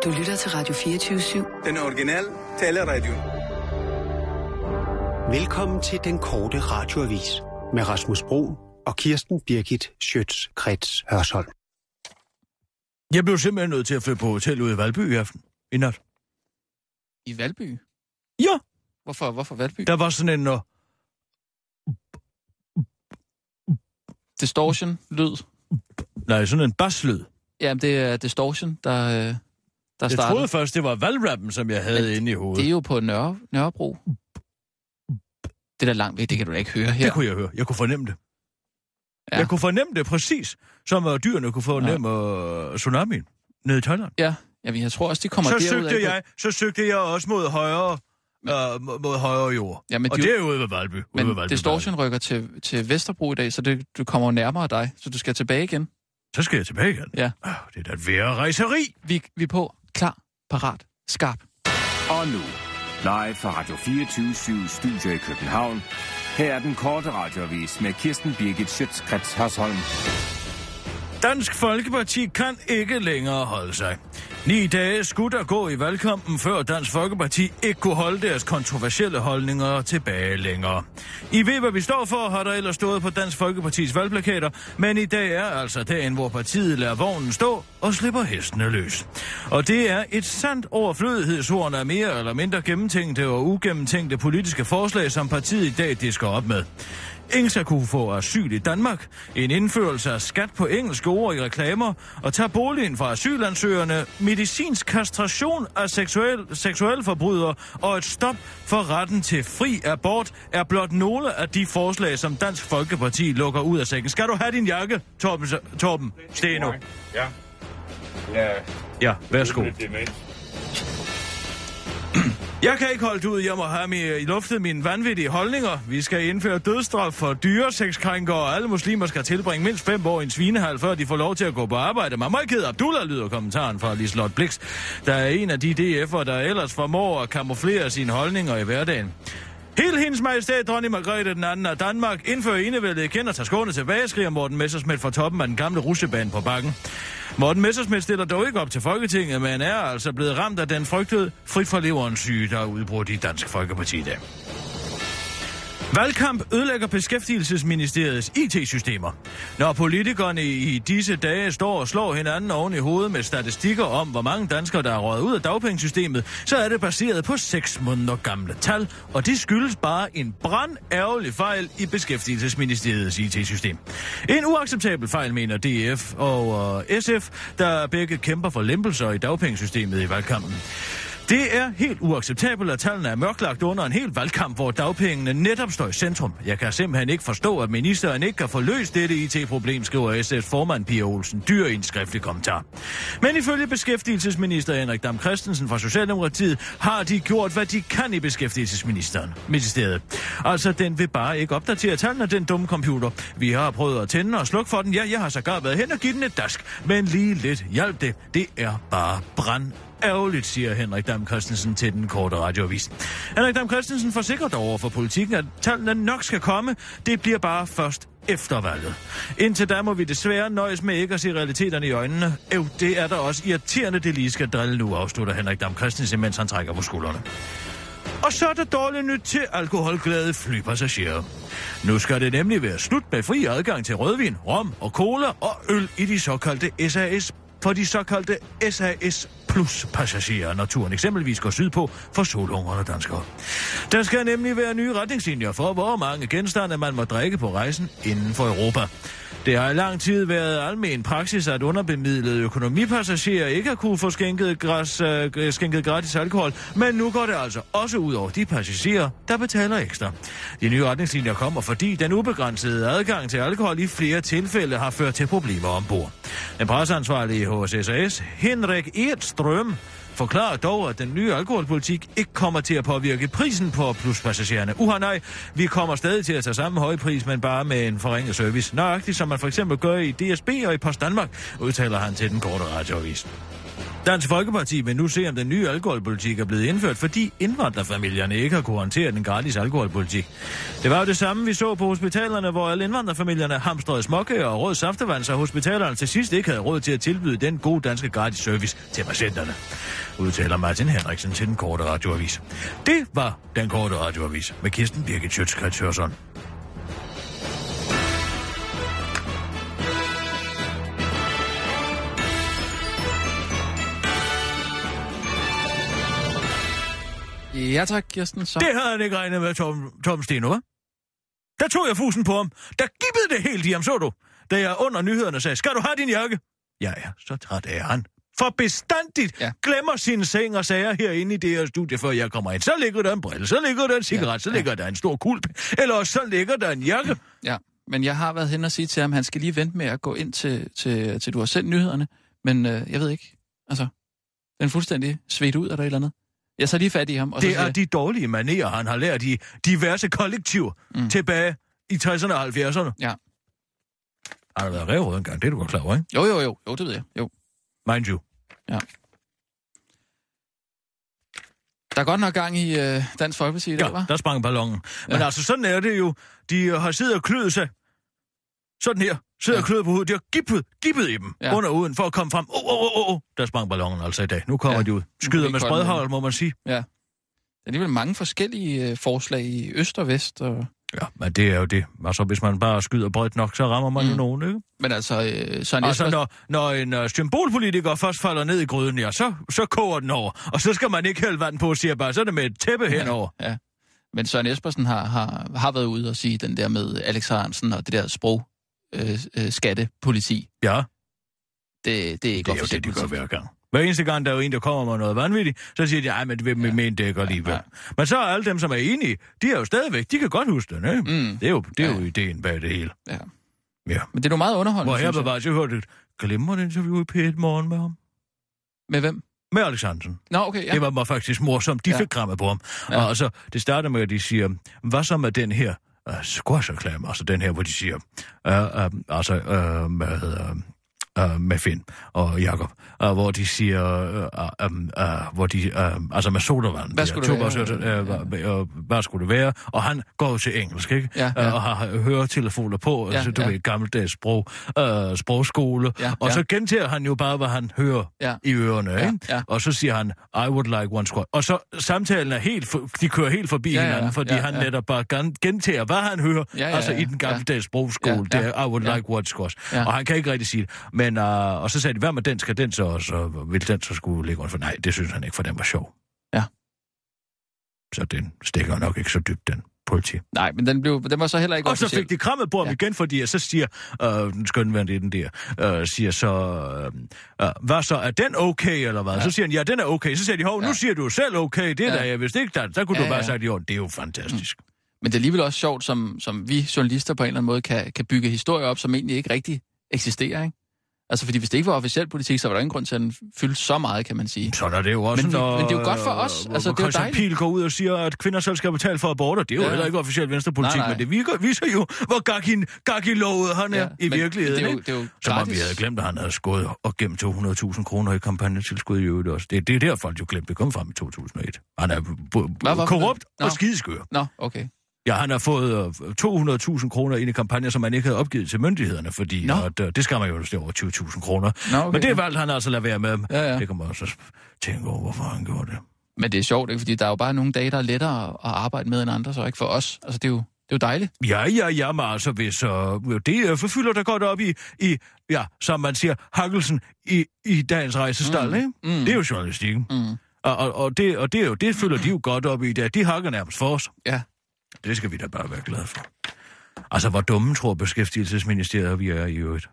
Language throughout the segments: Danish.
Du lytter til Radio 24/7. Den originale taleradio. Velkommen til den korte radioavis med Rasmus Bro og Kirsten Birgit Schøtz-Krets Hørsholm. Jeg blev simpelthen nødt til at flytte på hotel ude i Valby i aften. I nat. I Valby? Ja. Hvorfor Valby? Der var sådan en... Distortion-lyd? Nej, sådan en basslyd. Jamen, det er Distortion, der startede. Jeg troede først, det var valgrappen, som jeg havde inde i hovedet. Det er jo på Nørrebro. Det er da langt væk, det kan du da ikke høre her. Det kunne jeg høre. Jeg kunne fornemme det. Ja. Jeg kunne fornemme det præcis, som dyrene kunne fornemme tsunamien nede i Thailand. Ja, jamen, jeg tror også, de kommer derud. Så søgte jeg også mod højere jord. Ja, og det er ude ved Valby. Men Distortion rykker til Vesterbro i dag, så du kommer nærmere dig, så du skal tilbage igen. Så skal jeg tilbage igen? Ja. Det er da et værre rejseri. Vi er på. Klar, parat, skarp. Og nu, live fra Radio 24/7 Studio i København. Her er den korte radioavis med Kirsten Birgit Schøtz-Krets Hørsholm. Dansk Folkeparti kan ikke længere holde sig. 9 dage skulle der gå i valgkampen, før Dansk Folkeparti ikke kunne holde deres kontroversielle holdninger tilbage længere. I ved, hvad vi står for, har der ellers stået på Dansk Folkepartis valgplakater, men i dag er altså dagen, hvor partiet lader vognen stå og slipper hestene løs. Og det er et sandt overflødighedshorn af mere eller mindre gennemtænkte og ugennemtænkte politiske forslag, som partiet i dag disker op med. Ingen skal kunne få asyl i Danmark, en indførelse af skat på engelske ord i reklamer, og tage boligen fra asylansøgerne, medicinsk kastration af seksuelle forbrydere og et stop for retten til fri abort er blot nogle af de forslag, som Dansk Folkeparti lukker ud af sækken. Skal du have din jakke, Torben Steno? Ja, værsgo. Jeg kan ikke holde ud, jeg må have i luftet mine vanvittige holdninger. Vi skal indføre dødsstraf for dyresexkrænkere, og alle muslimer skal tilbringe mindst 5 år i en svinehal, før de får lov til at gå på arbejde. Mamajked Abdullah, lyder kommentaren fra Liselott Blix, der er en af de DF'er, der ellers formår at kamuflere sine holdninger i hverdagen. Hele hendes majestæt, dronning Margrethe den anden af Danmark, indfører enevældet igen og tager Skåne tilbage, skriver Morten Messerschmidt fra toppen af den gamle rutsjebane på bakken. Morten Messerschmidt stiller dog ikke op til Folketinget, men er altså blevet ramt af den frygtede frit fra leveren syge, der er udbrudt i Dansk Folkeparti i dag. Valgkamp ødelægger Beskæftigelsesministeriets IT-systemer. Når politikerne i disse dage står og slår hinanden oven i hovedet med statistikker om, hvor mange danskere, der er røget ud af dagpengesystemet, så er det baseret på 6 måneder gamle tal, og det skyldes bare en brandærgerlig fejl i Beskæftigelsesministeriets IT-system. En uacceptabel fejl, mener DF og SF, der begge kæmper for lempelser i dagpengesystemet i valgkampen. Det er helt uacceptabelt, at tallene er mørklagt under en hel valgkamp, hvor dagpengene netop står i centrum. Jeg kan simpelthen ikke forstå, at ministeren ikke kan få løst dette IT-problem, skriver SF's formand Pia Olsen Dyhr i en skriftlig kommentar. Men ifølge beskæftigelsesminister Henrik Dam Kristensen fra Socialdemokratiet har de gjort, hvad de kan i Beskæftigelsesministeriet. Altså, den vil bare ikke opdatere tallene, den dumme computer. Vi har prøvet at tænde og slukke for den. Ja, jeg har sågar været hen og givet den et dask. Men lige lidt hjælp det. Det er bare ærgerligt, siger Henrik Dam Kristensen til den korte radioavis. Henrik Dam Kristensen forsikrer dog over for politikken, at tallene nok skal komme. Det bliver bare først efter valget. Indtil da må vi desværre nøjes med ikke at se realiteterne i øjnene. Det er da også irriterende, det lige skal drille nu, afslutter Henrik Dam Kristensen, mens han trækker på skuldrene. Og så er der dårligt nyt til alkoholglade flypassagerer. Nu skal det nemlig være slut med fri adgang til rødvin, rom og cola og øl i de såkaldte SAS for de såkaldte SAS plus passagerer, når turen eksempelvis går sydpå for solhungrende danskere. Der skal nemlig være nye retningslinjer for, hvor mange genstande man må drikke på rejsen inden for Europa. Det har i lang tid været almen praksis, at underbemidlede økonomipassagerer ikke har kunne få skænket gratis alkohol, men nu går det altså også ud over de passagerer, der betaler ekstra. De nye retningslinjer kommer, fordi den ubegrænsede adgang til alkohol i flere tilfælde har ført til problemer ombord. Den presseansvarlige hos SAS, Henrik Edstrøm, forklarer dog, at den nye alkoholpolitik ikke kommer til at påvirke prisen på pluspassagererne. Nej, vi kommer stadig til at tage samme høje pris, men bare med en forringet service. Nøjagtigt som man for eksempel gør i DSB og i Post Danmark, udtaler han til den korte radioavis. Dansk Folkeparti vil nu se, om den nye alkoholpolitik er blevet indført, fordi indvandrerfamilierne ikke har kunnet håndtere den gratis alkoholpolitik. Det var jo det samme, vi så på hospitalerne, hvor alle indvandrerfamilierne hamstrede småkager og rød saftevand, så hospitalerne til sidst ikke havde råd til at tilbyde den gode danske gratis service til patienterne. Udtaler Martin Henriksen til den korte radioavis. Det var den korte radioavis med Kirsten Birgit Schøtz-Krets Hørsholm. Ja tak, Kirsten. Så. Det havde han ikke regnet med, Tom Steno, hva'? Der tog jeg fusen på ham. Der gibbede det helt i ham, så du? Da jeg under nyhederne sagde, skal du have din jakke? Ja, så træt er han. For bestandigt glemmer sine seng og sager herinde i det her studie, før jeg kommer ind. Så ligger der en brille, så ligger der en cigaret, så ligger der en stor kulp, eller så ligger der en jakke. Ja, men jeg har været hen og sige til ham, han skal lige vente med at gå ind til du har sendt nyhederne. Men jeg ved ikke, altså, den er fuldstændig svedt ud af der et eller andet. Jeg så lige fat i ham. Og det er de dårlige manerer, han har lært i diverse kollektiver tilbage i 60'erne og 70'erne. Ja. Har der været rævrød engang? Det er du godt klar over, ikke? Jo, det ved jeg. Jo. Mind you. Ja. Der er godt nok gang i Dansk Folkeparti i dag, hva'? Ja, der sprang ballonen. Ja. Men altså, sådan er det jo. De har siddet og kløet sig. Sådan her. Sidder og kløet på hovedet. De har gippet i dem under og uden for at komme frem. Der sprang ballonen altså i dag. Nu kommer de ud. Skyder med spredhold, må man sige. Ja. Der er alligevel mange forskellige forslag i øst og vest. Og... Ja, men det er jo det. Altså, hvis man bare skyder bredt nok, så rammer man jo nogen, ikke? Men altså... når en symbolpolitiker først falder ned i gryden, ja, så koger den over. Og så skal man ikke hælde vand på og sige bare, så er det med et tæppe henover. Ja. Men Søren Espersen har været ude og sige den der med Alex Hansen og det der skattepoliti. Ja. Det er ikke godt for det, de gør hver gang. Hver eneste gang, der er jo en, der kommer med noget vanvittigt, så siger de, ej, men det vil mene, det ikke alligevel. Ja. Men så er alle dem, som er enige, de er jo stadigvæk, de kan godt huske det, ikke? Det er jo ideen bag det hele. Ja. Men det er jo meget underholdende, hvor her bevares, jeg hørte et glimrende interview i P1 Morgen med ham. Med hvem? Med Alex Hansen. Nå, okay, ja. Det var faktisk morsomt. De fik krammet på ham. Ja. Og så, det starter med, at de siger, hvad så med den her squash-reklame, altså den her, hvor de siger, med Finn og Jakob, hvor de siger, altså med sodavand. Hvad skulle det være? Hvad skulle det være? Og han går til engelsk, ikke? Ja. Og har høretelefoner på, altså du ved, gammeldags sprogskole. Ja. Og så gentager han jo bare, hvad han hører i ørerne, ikke? Ja. Og så siger han, I would like one squash. Og så samtalen er de kører helt forbi hinanden, fordi han netop bare gentager, hvad han hører, altså i den gammeldags sprogskole, det er, I would like one squash. Ja. Og han kan ikke rigtig sige det. Men, og så sagde de, hvad med den, skal den så, og så ville den så skulle ligge under for. Nej, det synes han ikke, for den var sjov. Ja. Så den stikker nok ikke så dybt, den politi. Nej, men den var så heller ikke officiel. Og så fik de krammet på ham igen, fordi jeg så siger, den skønværende den der, siger så, hvad så, er den okay, eller hvad? Ja. Så siger han, ja, den er okay. Så siger de, nu siger du selv okay, det er da, jeg vidste ikke, der kunne du bare sagt, jo, det er jo fantastisk. Men det er alligevel også sjovt, som vi journalister på en eller anden måde kan bygge historier op, som egentlig ikke rigtig eksisterer, ikke? Altså, fordi hvis det ikke var officiel politik, så var der ingen grund til, at den fyldte så meget, kan man sige. Så er det jo også, men det er jo godt for os. Altså, det er jo dejligt. Pihl går ud og siger, at kvinder selv skal betale for aborter. Det er jo heller ikke officiel venstrepolitik, men det viser jo, hvor gak-i-lovet han er i virkeligheden. Det er jo som om vi havde glemt, at han havde skåret og gemt 200.000 kroner i kampagnetilskud i øvrigt også. Det er der, folk jo glemte. Det kom frem i 2001. Han er korrupt og skideskør. Nå, okay. Ja, han har fået 200.000 kroner ind i kampagner, som man ikke havde opgivet til myndighederne, fordi det skal man jo stå over 20.000 kroner. Okay, men det valgte han altså lade være med. Ja. Det kan man også tænke over, hvorfor han gjorde det. Men det er sjovt, ikke? Fordi der er jo bare nogle dage, der er lettere at arbejde med end andre, så ikke for os. Altså, det er jo dejligt. Ja, men altså, hvis det forfylder der godt op i som man siger, hakkelsen i dagens rejsestald, ikke? Det er jo journalistikken. Og det følger de jo godt op i, det de hakker nærmest for os. Ja. Det skal vi da bare være glade for. Altså, hvor dumme tror Beskæftigelsesministeriet, vi er i øvrigt?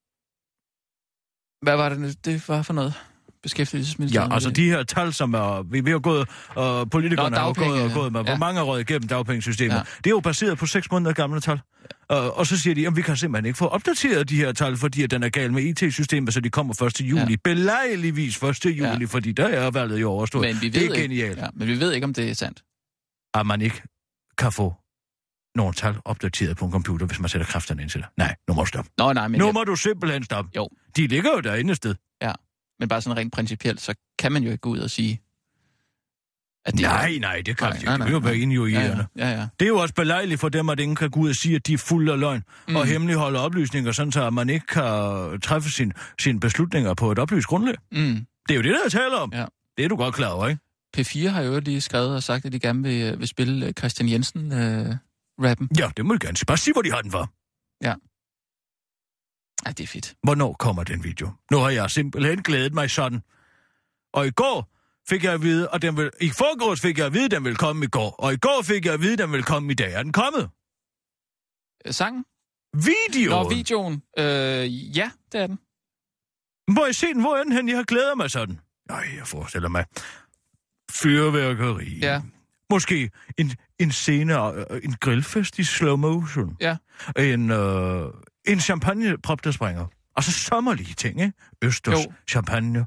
Hvad var det var for noget? Beskæftigelsesministeriet? Ja, altså de her tal, som vi har gået, politikerne har gået med, hvor mange har røget igennem dagpengesystemet. Ja. Det er jo baseret på 6 måneder gamle tal. Og så siger de, at vi kan simpelthen ikke få opdateret de her tal, fordi at den er gal med IT-systemet, så de kommer 1. juli. Ja. Belejligvis 1. juli, fordi der er valget jo overstået. Men det er genialt. Ja, men vi ved ikke, om det er sandt. At man ikke kan få nogle tal opdateret på en computer, hvis man sætter kræfterne ind til det. Nej, nu må du stoppe. Men nu må du simpelthen stoppe. Jo. De ligger jo derinde et sted. Ja, Men bare sådan rent principielt, så kan man jo ikke gå ud og sige, at det Nej, det kan vi ikke. Det vil jo være injurierende. Ja. Det er jo også belejligt for dem, at ingen kan gå ud og sige, at de er fulde af løgn og hemmeligholde oplysninger, sådan så man ikke kan træffe sine beslutninger på et oplyst grundlag. Det er jo det, der taler om. Ja. Det er du godt klar over, ikke? P4 har jo lige skrevet og sagt, at de gerne vil spille Christian Jensen-rappen. Ja, det må de gerne. Bare sig, hvor de har den for. Ja. Ej, det er fedt. Hvornår kommer den video? Nu har jeg simpelthen glædet mig sådan. Og i går fik jeg at vide, og i forgårs fik jeg at vide, at den ville komme i går. Og i går fik jeg at vide, at den ville komme i dag. Er den kommet? Sangen? Videoen? Nå, videoen. Ja, det er den. Må jeg se den? Hvor er den hen? Jeg har glædet mig sådan. Nej, jeg forestiller mig. Fyrværkeri. Ja. Måske en scene, en grillfest i slow motion. Ja. En champagneprop, der springer. Og så sommerlige ting, ikke? Østers, champagne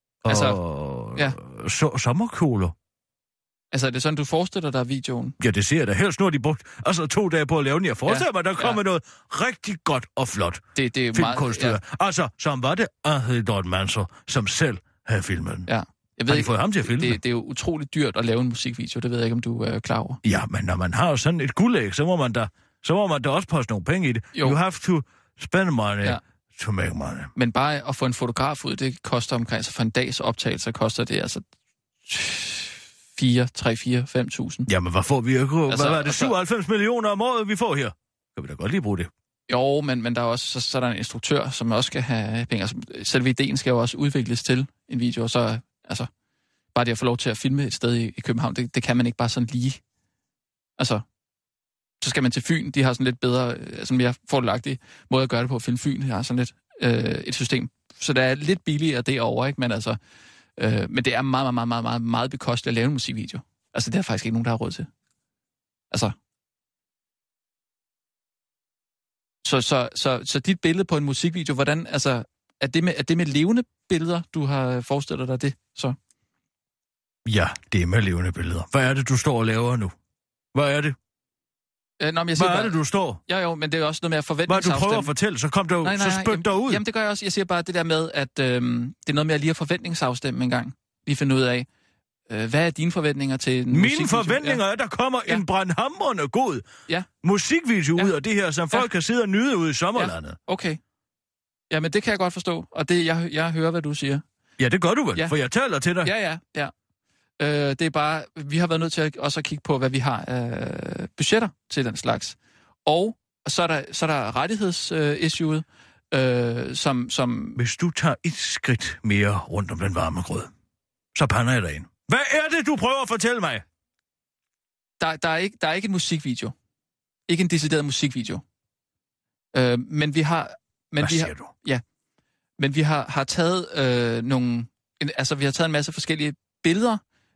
og sommerkjoler. Altså, er det sådan, du forestiller dig videoen? Ja, det ser jeg da. Helst nu har de brugt 2 dage på at lave den. Jeg forestiller mig, der kommer noget rigtig godt og flot det er filmkunst. meget, ja. Altså, som var det Ahedot Mansour, som selv havde filmet den. Ja. Jeg ved har de ikke, fået ham til at filme det er jo utroligt dyrt at lave en musikvideo. Det ved jeg ikke, om du er klar over. Ja, men når man har sådan et guldæg, så må man da også poste nogle penge i det. Jo. You have to spend money to make money. Men bare at få en fotograf ud, det koster omkring, altså for en dags optagelse koster det altså 5.000. Jamen, hvad får vi? Hvad er det? 97 millioner om året, vi får her? Kan vi da godt lige bruge det? Jo, men der er også så er der en instruktør, som også skal have penge. Altså, selve ideen skal jo også udvikles til en video, og så altså bare det at få lov til at filme et sted i København, det kan man ikke bare sådan lige. Altså, så skal man til Fyn. De har sådan lidt bedre, altså mere fordelagtig måde at gøre det på at filme Fyn. De har sådan lidt et system. Så der er lidt billigere derovre, ikke? Men altså, men det er meget, meget, meget, meget, meget bekosteligt at lave en musikvideo. Altså, det er faktisk ikke nogen, der har råd til. Altså. Så dit billede på en musikvideo, hvordan, altså, er det med levende billeder, du har forestillet dig det, så? Ja, det er med levende billeder. Hvad er det, du står og laver nu? Hvad er det? Men jeg siger hvad er det, du står? Ja, jo, men det er også noget med at forventningsafstemme. Hvad du prøver at fortælle, så kom du, så spyt dig ud. Jamen, det gør jeg også. Jeg siger bare det der med, at det er noget med at lige at forventningsafstemme en gang. Lige finde ud af, hvad er dine forventninger til en Mine forventninger er, at der kommer en brandhamrende god musikvideo ud af det her, som folk kan sidde og nyde ude i sommerlandet. Ja. Okay. Jamen, det kan jeg godt forstå. Og det, jeg hører, hvad du siger. Ja, det gør du vel, for jeg taler til dig. Ja. Det er bare, vi har været nødt til også at kigge på, hvad vi har af budgetter til den slags. Og så er der rettighedsissuet, som... Hvis du tager et skridt mere rundt om den varme grød, så pander jeg dig ind. Hvad er det, du prøver at fortælle mig? Der er ikke en musikvideo. Ikke en decideret musikvideo. Men vi har... Hvad siger du? Ja. Men vi har taget vi har taget en masse forskellige billeder,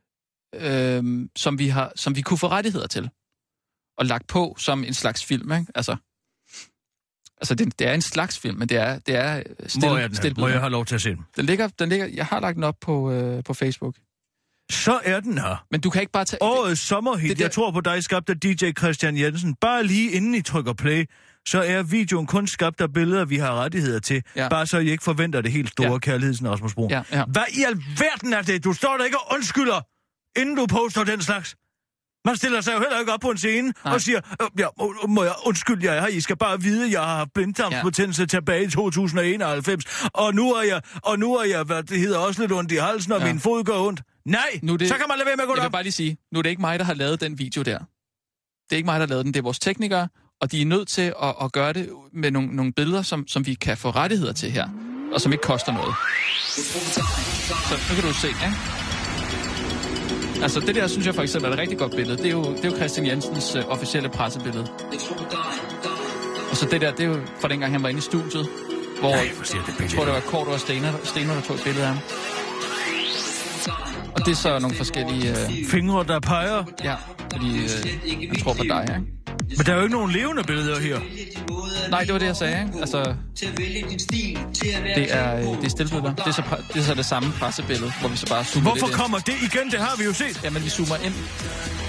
som vi kunne få rettigheder til. Og lagt på som en slags film, ikke? Altså det er en slags film, men det er stille. Må jeg have lov til at se den? Den ligger, jeg har lagt den op på Facebook. Så er den her. Men du kan ikke bare tage... Årets sommerhit, jeg tror på dig, skabt af DJ Christian Jensen. Bare lige inden I trykker play, så er videoen kun skabt af billeder, vi har rettigheder til. Ja. Bare så I ikke forventer det helt store kærligheden, Rasmus Broen. Ja. Hvad i alverden er det? Du står der ikke og undskylder, inden du poster den slags. Man stiller sig jo heller ikke op på en scene og siger, må jeg undskylde jer her, I skal bare vide, at jeg har haft blindtarmsbetændelse tilbage i 2091, og nu er jeg, hvad det hedder, også lidt ondt i halsen, og min fod gør ondt. Nej, så kan man lade være med at gå derop. Jeg vil bare lige sige, nu er det ikke mig, der har lavet den video der. Det er ikke mig, der har lavet den, det er vores teknikere, og de er nødt til at gøre det med nogle billeder, som vi kan få rettigheder til her, og som ikke koster noget. Så nu kan du se, ikke? Altså, det der, synes jeg for eksempel er et rigtig godt billede. Det er jo Christian Jensens officielle pressebillede. Og så det der, det er jo fra dengang, han var inde i studiet, hvor jeg tror, det var Kort og Stener, der tog et billede af ham. Og det er så nogle forskellige... Fingre, der peger? Ja, fordi jeg tror på dig, ikke? Men der er jo ikke nogen levende billeder her. Nej, det var det, jeg sagde, ikke? Altså, det er stillbilleder. Det er så det samme pressebillede, hvor vi så bare zoomer. Hvorfor kommer det igen? Det har vi jo set. Jamen, vi zoomer ind.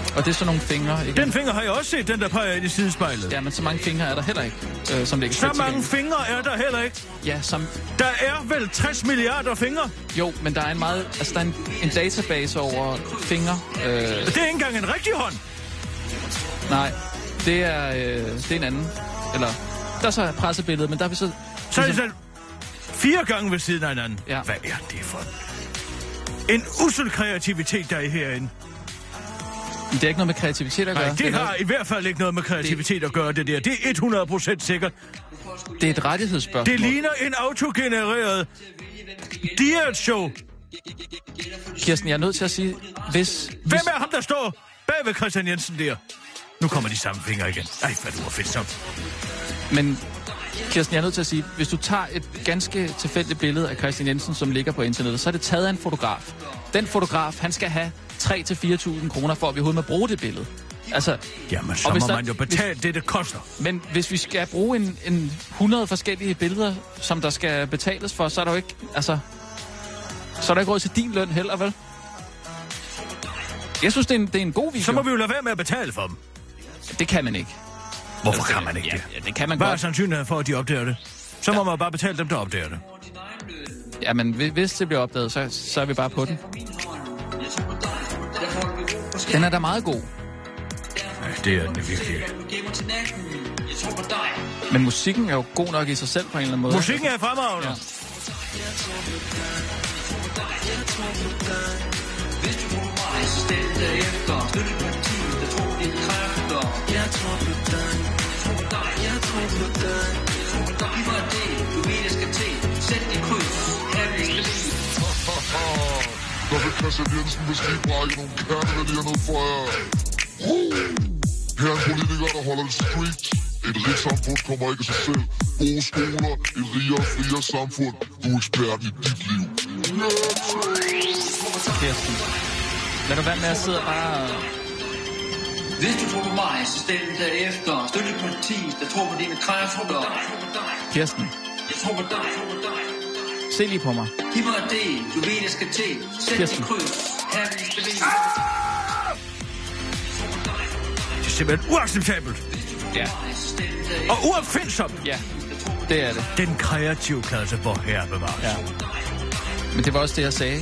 Og det er sådan nogle fingre, ikke? Den finger har jeg også set, den der peger ind i sidespejlet. Ja, men så mange fingre er der heller ikke, som ligger så mange fingre er der heller ikke. Ja, som... Der er vel 60 milliarder fingre? Jo, men der er en meget... Altså, der er en database over fingre. Det er ikke engang en rigtig hånd. Nej, det er en anden. Eller, der er så pressebilledet, men der er vi så... Så er det så 4 gange ved siden af hinanden. Ja. Hvad er det for en ussel kreativitet, der er herinde? Det er ikke noget med kreativitet at gøre. Nej, det har i hvert fald ikke noget med kreativitet at gøre, det der. Det er 100% sikkert. Det er et rettighedsspørgsmål. Det ligner en autogenereret diætshow. Kirsten, jeg er nødt til at sige, hvis... Hvem er ham, der står bag ved Christian Jensen der? Nu kommer de samme fingre igen. Ej, hvad du var fedt som. Men Kirsten, jeg er nødt til at sige, hvis du tager et ganske tilfældigt billede af Christian Jensen, som ligger på internettet, så er det taget af en fotograf. Den fotograf, han skal have 3.000 til 4.000 kroner for, at vi overhovedet må bruge det billede. Altså, jamen, så må man jo betale det koster. Men hvis vi skal bruge en 100 forskellige billeder, som der skal betales for, så er der jo ikke, altså... Så er der ikke råd til din løn heller, vel? Jeg synes, det er en god video. Så må vi jo lade være med at betale for dem. Det kan man ikke. Hvorfor kan man ikke det? Ja, det kan man godt. Hvad er sandsynligheden for, at de opdager det? Så må man bare betale dem, der opdager det. Ja, men hvis det bliver opdaget, så er vi bare på den. Den er da meget god. Ja, det er den virkelig. Men musikken er jo god nok i sig selv på en eller anden måde. Musikken er fremragende. Ja. Der vil Christian Jensen måske brække nogle kernevælger ned for jer. Her er en politiker, der holder det street. Et rigt samfund kommer ikke af sig selv. Gode skoler, et rigere og friere samfund. Du er ekspert i dit liv. Kirsten, lad du være med at sidde bare... Hvis du tror på mig, så stem derefter. Støt et parti, der tror på dine kræfter. Kirsten. Jeg tror på dig. Se lige på mig. Giv mig det, du ved, jeg skal til. Sæt dit kryds. Her vil jeg spille. Det er simpelthen uacceptabelt. Ja. Og uopfindsomt. Ja, det er det. Den kreative klasse, hvor her bevares. Ja. Men det var også det, jeg sagde.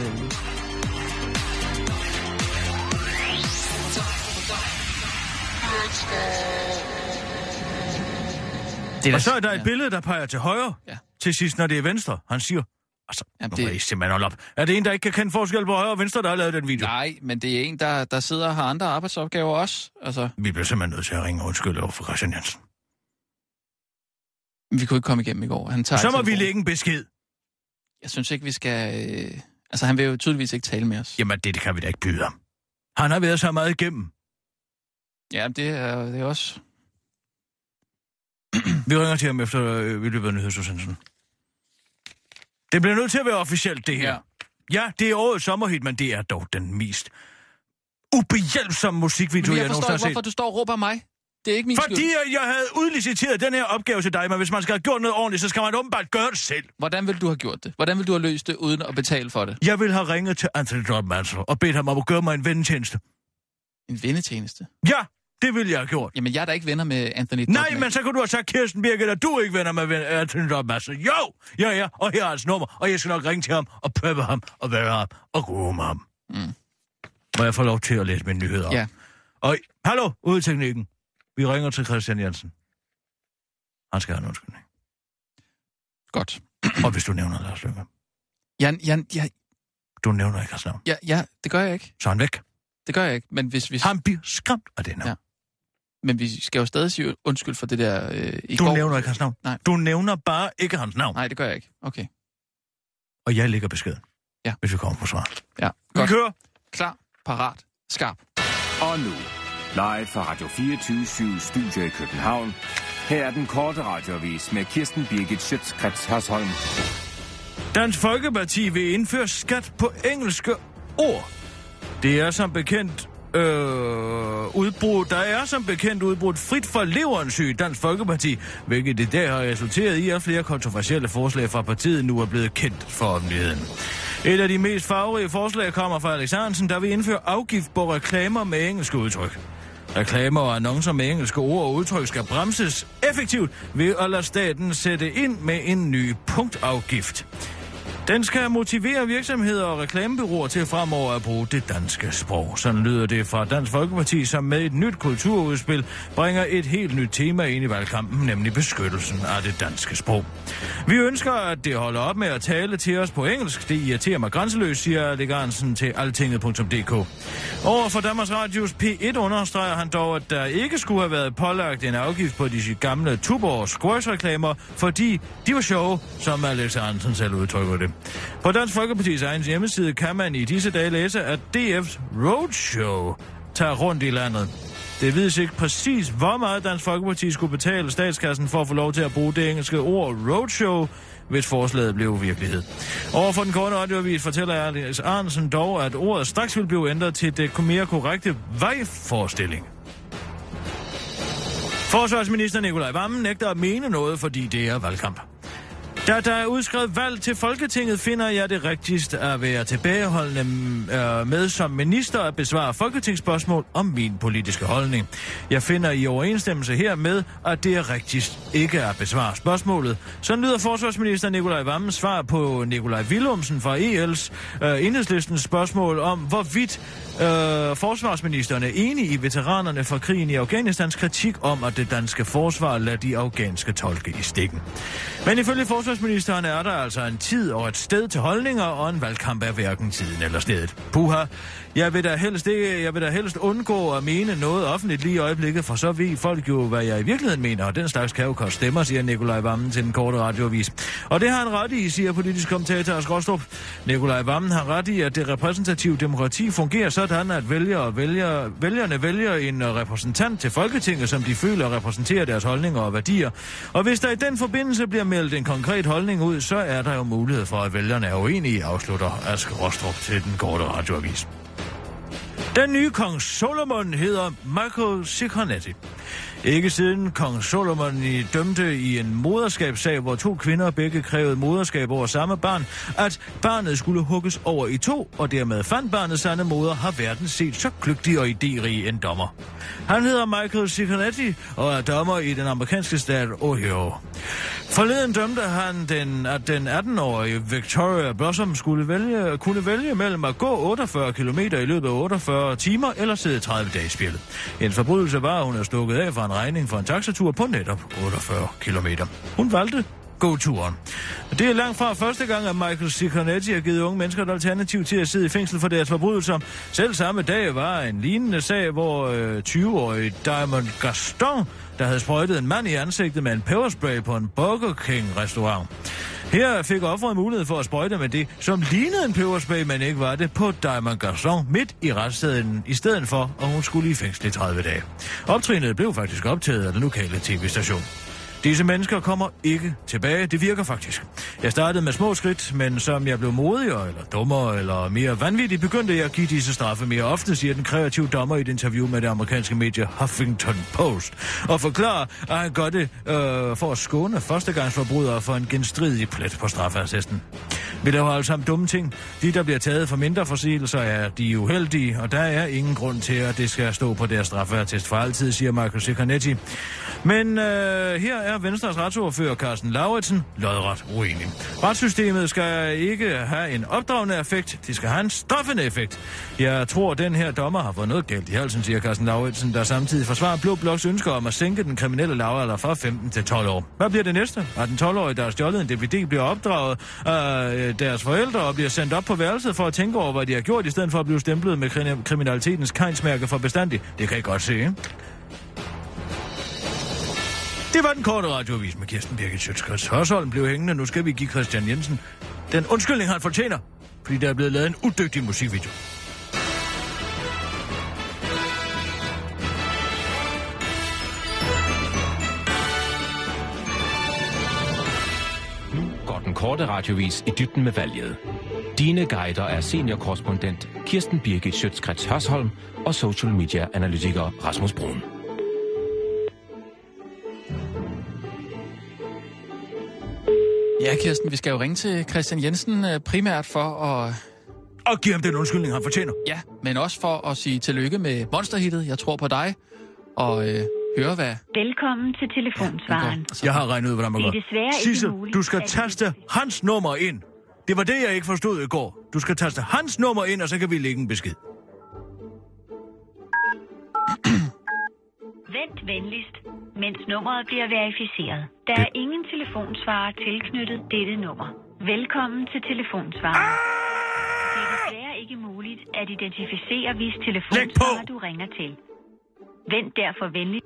Og så er der et billede, der peger til højre. Ja. Til sidst, når det er venstre. Han siger, altså, jamen, nu må I simpelthen holde op. Er det en, der ikke kan kende forskel på højre og venstre, der har lavet den video? Nej, men det er en, der sidder og har andre arbejdsopgaver også. Altså. Vi bliver simpelthen nødt til at ringe undskyld over for Christian Jensen. Vi kunne ikke komme igennem i går. Han tager så må vi lægge en besked. Jeg synes ikke, vi skal... Altså, han vil jo tydeligvis ikke tale med os. Jamen, det kan vi da ikke byde ham. Han har været så meget igennem. Ja, det er også... Vi ringer til ham efter vi løber af nyhedsudsendelsen. Det bliver nødt til at være officielt, det her. Ja, det er årets sommerhit, men det er dog den mest ubehjælpsomme musikvideo, jeg nogensinde har set. Hvorfor du står og råber mig. Det er ikke min skyld. Fordi jeg havde udliciteret den her opgave til dig, men hvis man skal have gjort noget ordentligt, så skal man åbenbart gøre det selv. Hvordan vil du have gjort det? Hvordan vil du have løst det, uden at betale for det? Jeg vil have ringet til Anthony Dropmancer og bedt ham om at gøre mig en vennetjeneste. En vennetjeneste? Ja, det ville jeg have gjort. Jamen, jeg er da ikke venner med Anthony Dropmancer. Nej, men så kunne du have sagt, Kirsten Birgit, at du er ikke venner med Anthony Dropmancer. Jo, ja, og her er hans nummer, og jeg skal nok ringe til ham og prøve ham og være ham og groome ham. Må jeg få lov til at læse mine nyheder op? Ja. Og hallo, ude i teknikken. Vi ringer til Christian Jensen. Han skal have en undskyldning. Godt. Og hvis du nævner Lars Løkke. Jan. Du nævner ikke hans navn. Ja, det gør jeg ikke. Så er han væk. Det gør jeg ikke, men hvis... Han bliver skræmt af det navn. Ja. Men vi skal jo stadig sige undskyld for det der i går. Du nævner ikke hans navn. Nej. Du nævner bare ikke hans navn. Nej, det gør jeg ikke. Okay. Og jeg lægger beskeden. Ja. Hvis vi kommer på svar. Ja. Godt. Vi kører. Klar, parat, skarp. Og nu, live fra Radio 24/7 Studio i København. Her er den korte radioavis med Kirsten Birgit Schøtz-Krets Hørsholm. Dansk Folkeparti vil indføre skat på engelske ord. Det er som bekendt udbrudt frit for leversyge i Dansk Folkeparti, hvilket i dag har resulteret i, at flere kontroversielle forslag fra partiet nu er blevet kendt for offentligheden. Et af de mest farverige forslag kommer fra Alex Ahrendtsen, der vil indføre afgift på reklamer med engelske udtryk. Reklamer og annoncer med engelske ord og udtryk skal bremses effektivt ved at lade staten sætte ind med en ny punktafgift. Den skal motivere virksomheder og reklamebureauer til fremover at bruge det danske sprog. Sådan lyder det fra Dansk Folkeparti, som med et nyt kulturudspil bringer et helt nyt tema ind i valgkampen, nemlig beskyttelsen af det danske sprog. Vi ønsker, at det holder op med at tale til os på engelsk. Det irriterer mig grænseløst, siger Alex Ahrendtsen til altinget.dk. Over for Danmarks Radios P1 understreger han dog, at der ikke skulle have været pålagt en afgift på de gamle Tuborg Squares-reklamer, fordi de var sjove, som Alex Ahrendtsen selv udtrykker det. På Dansk Folkepartis egen hjemmeside kan man i disse dage læse, at DF's Roadshow tager rundt i landet. Det vides ikke præcis, hvor meget Dansk Folkeparti skulle betale statskassen for at få lov til at bruge det engelske ord roadshow, hvis forslaget blev virkelighed. Overfor den korte radioavis fortæller Alex Ahrendtsen dog, at ordet straks vil blive ændret til det mere korrekte vejforestilling. Forsvarsminister Nicolai Wammen nægter at mene noget, fordi det er valgkamp. Da der er udskrevet valg til Folketinget, finder jeg det rigtigst at være tilbageholdende med som minister at besvare folketingsspørgsmål om min politiske holdning. Jeg finder i overensstemmelse hermed, at det er rigtigst ikke at besvare spørgsmålet. Sådan lyder forsvarsminister Nicolai Wammens svar på Nikolaj Villumsen fra EL's Enhedslistens spørgsmål om, hvorvidt forsvarsministeren er enig i veteranerne fra krigen i Afghanistans kritik om, at det danske forsvar lader de afghanske tolke i stikken. Men ifølge forsvarsministeren er der altså en tid og et sted til holdninger, og en valgkamp er hverken tiden eller stedet. Puha, jeg vil da helst undgå at mene noget offentligt lige i øjeblikket, for så ved folk jo, hvad jeg i virkeligheden mener, og den slags kan jo koste stemmer, siger Nicolai Wammen til den korte radioavis. Og det har han ret i, siger politisk kommentator Skråstrup. Nicolai Wammen har ret i, at det repræsentative demokrati fungerer sådan, at vælgerne vælger en repræsentant til Folketinget, som de føler repræsenterer deres holdninger og værdier. Og hvis der i den forbindelse bliver meldt en konkret holdning ud, så er der jo mulighed for, at vælgerne er uenige, afslutter Ask Rostrup til den korte radioavis. Den nye kong Solomon hedder Michael Ciccionetti. Ikke siden kong Solomon dømte i en moderskabssag, hvor 2 kvinder begge krævede moderskab over samme barn, at barnet skulle hugges over i 2, og dermed fandt barnets sande moder, har verden set så kløgtig og idérig en dommer. Han hedder Michael Ciccionetti og er dommer i den amerikanske stat Ohio. Forleden dømte han, at den 18-årige Victoria Blossom kunne vælge mellem at gå 48 km i løbet af 48 timer eller sidde 30 dage i spjældet. En forbrydelse var, at hun er stukket af for en regning for en taxatur på netop 48 km. Hun valgte gåturen. Det er langt fra første gang, at Michael Ciccionetti har givet unge mennesker et alternativ til at sidde i fængsel for deres forbrydelser. Selv samme dag var en lignende sag, hvor 20-årig Diamond Gaston, der havde sprøjtet en mand i ansigtet med en peberspray på en Burger King-restaurant. Her fik offeret mulighed for at sprøjte med det, som lignede en peberspray, men ikke var det, på Diamond Gaston midt i retsstedet, i stedet for, at hun skulle i fængsel i 30 dage. Optrinet blev faktisk optaget af den lokale tv-station. Disse mennesker kommer ikke tilbage. Det virker faktisk. Jeg startede med små skridt, men som jeg blev modigere, eller dummere, eller mere vanvittig, begyndte jeg at give disse straffe mere ofte, siger den kreative dommer i et interview med det amerikanske medie Huffington Post, og forklarer, at han gør det for at skåne førstegangsforbrydere for en genstridig plet på straffeattesten. Vi laver alle sammen dumme ting. De, der bliver taget for mindre forseelser, er de uheldige, og der er ingen grund til, at det skal stå på deres straffeattest for altid, siger Michael Ciccionetti. Men her er Venstres retsordfører Karsten Lauritsen lodret uenig. Retssystemet skal ikke have en opdragende effekt, det skal have en straffende effekt. Jeg tror, den her dommer har fået noget galt i halsen, siger Karsten Lauritsen, der samtidig forsvarer Blå Bloks ønsker om at sænke den kriminelle lavalder fra 15 til 12 år. Hvad bliver det næste? At den 12-årige, der har stjålet en DVD, bliver opdraget af deres forældre og bliver sendt op på værelset for at tænke over, hvad de har gjort, i stedet for at blive stemplet med kriminalitetens kejnsmærke for bestandigt. Det kan I godt se, ikke? Det var den korte radioavis med Kirsten Birgit Schøtz. Hørsholm blev hængende. Nu skal vi give Christian Jensen den undskyldning, han fortjener, fordi der er blevet lavet en udygtig musikvideo. Nu går den korte radioavis i dybden med valget. Dine guider er seniorkorrespondent Kirsten Birgit Schøtz Hørsholm og social media-analytiker Rasmus Brun. Ja, Kirsten, vi skal jo ringe til Christian Jensen primært for at... Og give ham den undskyldning, han fortjener. Ja, men også for at sige tillykke med monsterhittet. Jeg tror på dig. Og høre hvad... Velkommen til telefonsvaren. Ja, jeg har regnet ud, hvordan man gør. Sissel, du skal taste hans nummer ind. Det var det, jeg ikke forstod i går. Du skal taste hans nummer ind, og så kan vi lægge en besked. Vent venligst, mens nummeret bliver verificeret. Der er ingen telefonsvarer tilknyttet dette nummer. Velkommen til telefonsvaren. Det er desværre ikke muligt at identificere, hvis telefonsvarer du ringer til. Vent derfor venligst.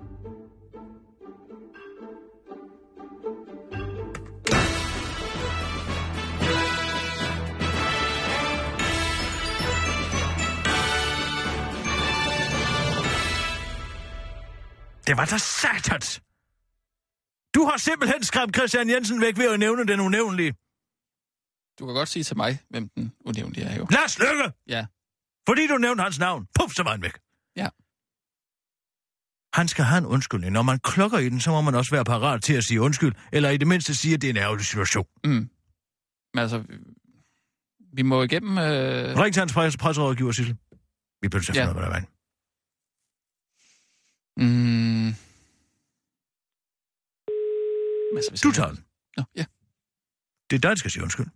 Det var da satans! Du har simpelthen skræmt Christian Jensen væk ved at nævne den unævnlige. Du kan godt sige til mig, hvem den unævnlige er jo. Lars Løkke! Ja. Fordi du nævnte hans navn. Puff, så var han væk. Ja. Han skal have en undskyldning. Når man klokker i den, så må man også være parat til at sige undskyld, eller i det mindste sige, at det er en ærgerlig situation. Men altså, vi må igennem... Ring til hans presserådgiver, Sissel. Vi bliver til at finde ud af, hvad der er. Du tager den. Nå, ja. Det er dig, der skal sige undskyld.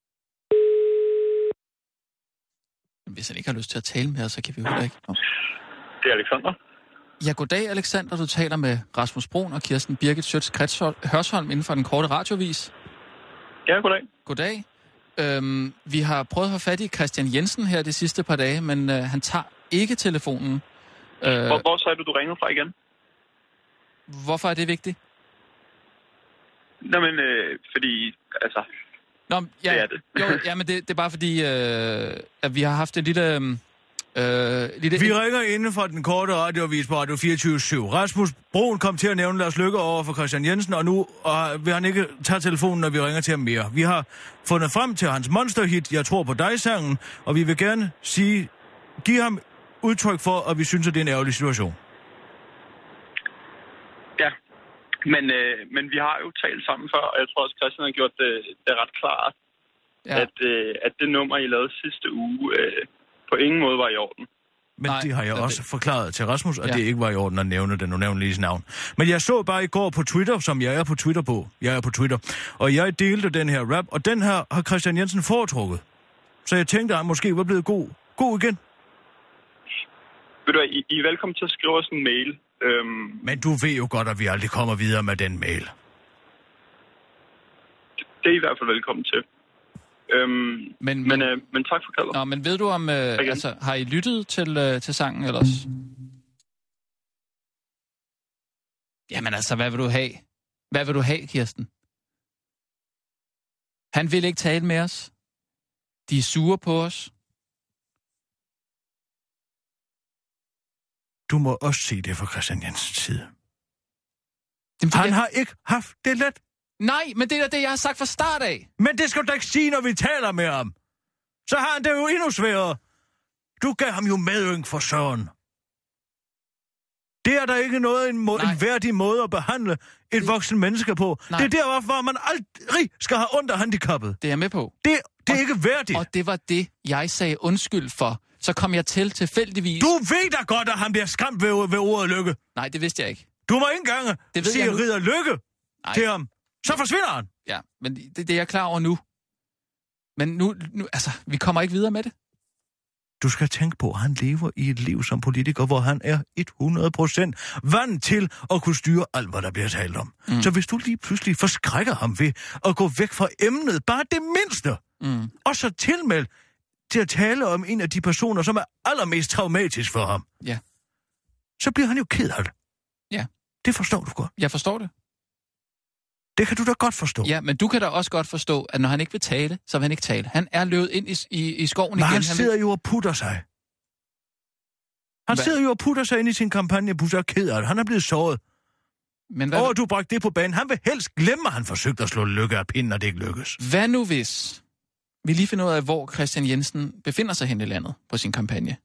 Hvis han ikke har lyst til at tale med os, så kan vi jo heller ikke. Det er Alexander. Ja, goddag Alexander. Du taler med Rasmus Broen og Kirsten Birgit Schøtz Hørsholm inden for den korte radiovis. Ja, goddag. Goddag. Vi har prøvet at have fat i Christian Jensen her de sidste par dage, men han tager ikke telefonen. Hvor sagde du ringede fra igen? Hvorfor er det vigtigt? Nå, men fordi, altså... Nå, ja, det er det. Jo, ja, men det er bare fordi, at vi har haft en lille... Vi ringer inden fra den korte radiovis på Radio 24/7. Rasmus Broen kom til at nævne Lars Løkke over for Christian Jensen, og nu vil han ikke tage telefonen, når vi ringer til ham mere. Vi har fundet frem til hans monsterhit, Jeg tror på dig-sangen, og vi vil gerne give ham udtryk for, at vi synes, at det er en ærgerlig situation. Ja, men vi har jo talt sammen før, og jeg tror også, Christian har gjort det ret klart, at det nummer, I lavede sidste uge, på ingen måde var i orden. Men det har jeg også forklaret til Rasmus, at det ikke var i orden at nævne den unævnlige navn. Men jeg så bare i går på Twitter, som jeg er på Twitter på. Jeg er på Twitter. Og jeg delte den her rap, og den her har Christian Jensen foretrukket. Så jeg tænkte, at han måske var blevet god igen. Ved du hvad, I er velkommen til at skrive os en mail. Men du ved jo godt, at vi aldrig kommer videre med den mail. Det er I hvert fald velkommen til. Men tak for kaldet. Nå, men ved du om, altså, har I lyttet til sangen ellers? Jamen altså, hvad vil du have? Hvad vil du have, Kirsten? Han vil ikke tale med os. De er sure på os. Du må også se det fra Christian Jensens side. Han har ikke haft det let. Nej, men det er det, jeg har sagt fra start af. Men det skal du da ikke sige, når vi taler med ham. Så har han det jo endnu sværere. Du gav ham jo medynk for søren. Det er der ikke noget en værdig måde at behandle et voksen menneske på. Nej. Det er der, hvor man aldrig skal have ondt af handicappet. Det er jeg med på. Det er ikke værdigt. Og det var det, jeg sagde undskyld for. Så kom jeg til tilfældigvis... Du ved da godt, at han bliver skræmt ved ordet Lykke. Nej, det vidste jeg ikke. Du må ikke engang sige ridder Lykke til ham. Så forsvinder han. Ja, men det er jeg klar over nu. Men nu, altså, vi kommer ikke videre med det. Du skal tænke på, at han lever i et liv som politiker, hvor han er 100% vant til at kunne styre alt, hvad der bliver talt om. Så hvis du lige pludselig forskrækker ham ved at gå væk fra emnet, bare det mindste, og så tilmeld til at tale om en af de personer, som er allermest traumatisk for ham, så bliver han jo ked af det. Ja. Det forstår du godt. Jeg forstår det. Det kan du da godt forstå. Ja, men du kan da også godt forstå, at når han ikke vil tale, så vil han ikke tale. Han er løbet ind i skoven igen. Men han sidder jo og putter sig. Han sidder jo og putter sig ind i sin kampagnebus og er ked af det. Han er blevet såret. Men du bragte det på banen. Han vil helst glemme, at han forsøgte at slå Lykke af pinden, når det ikke lykkes. Hvad nu hvis vi lige finder ud af, hvor Christian Jensen befinder sig hen i landet på sin kampagne?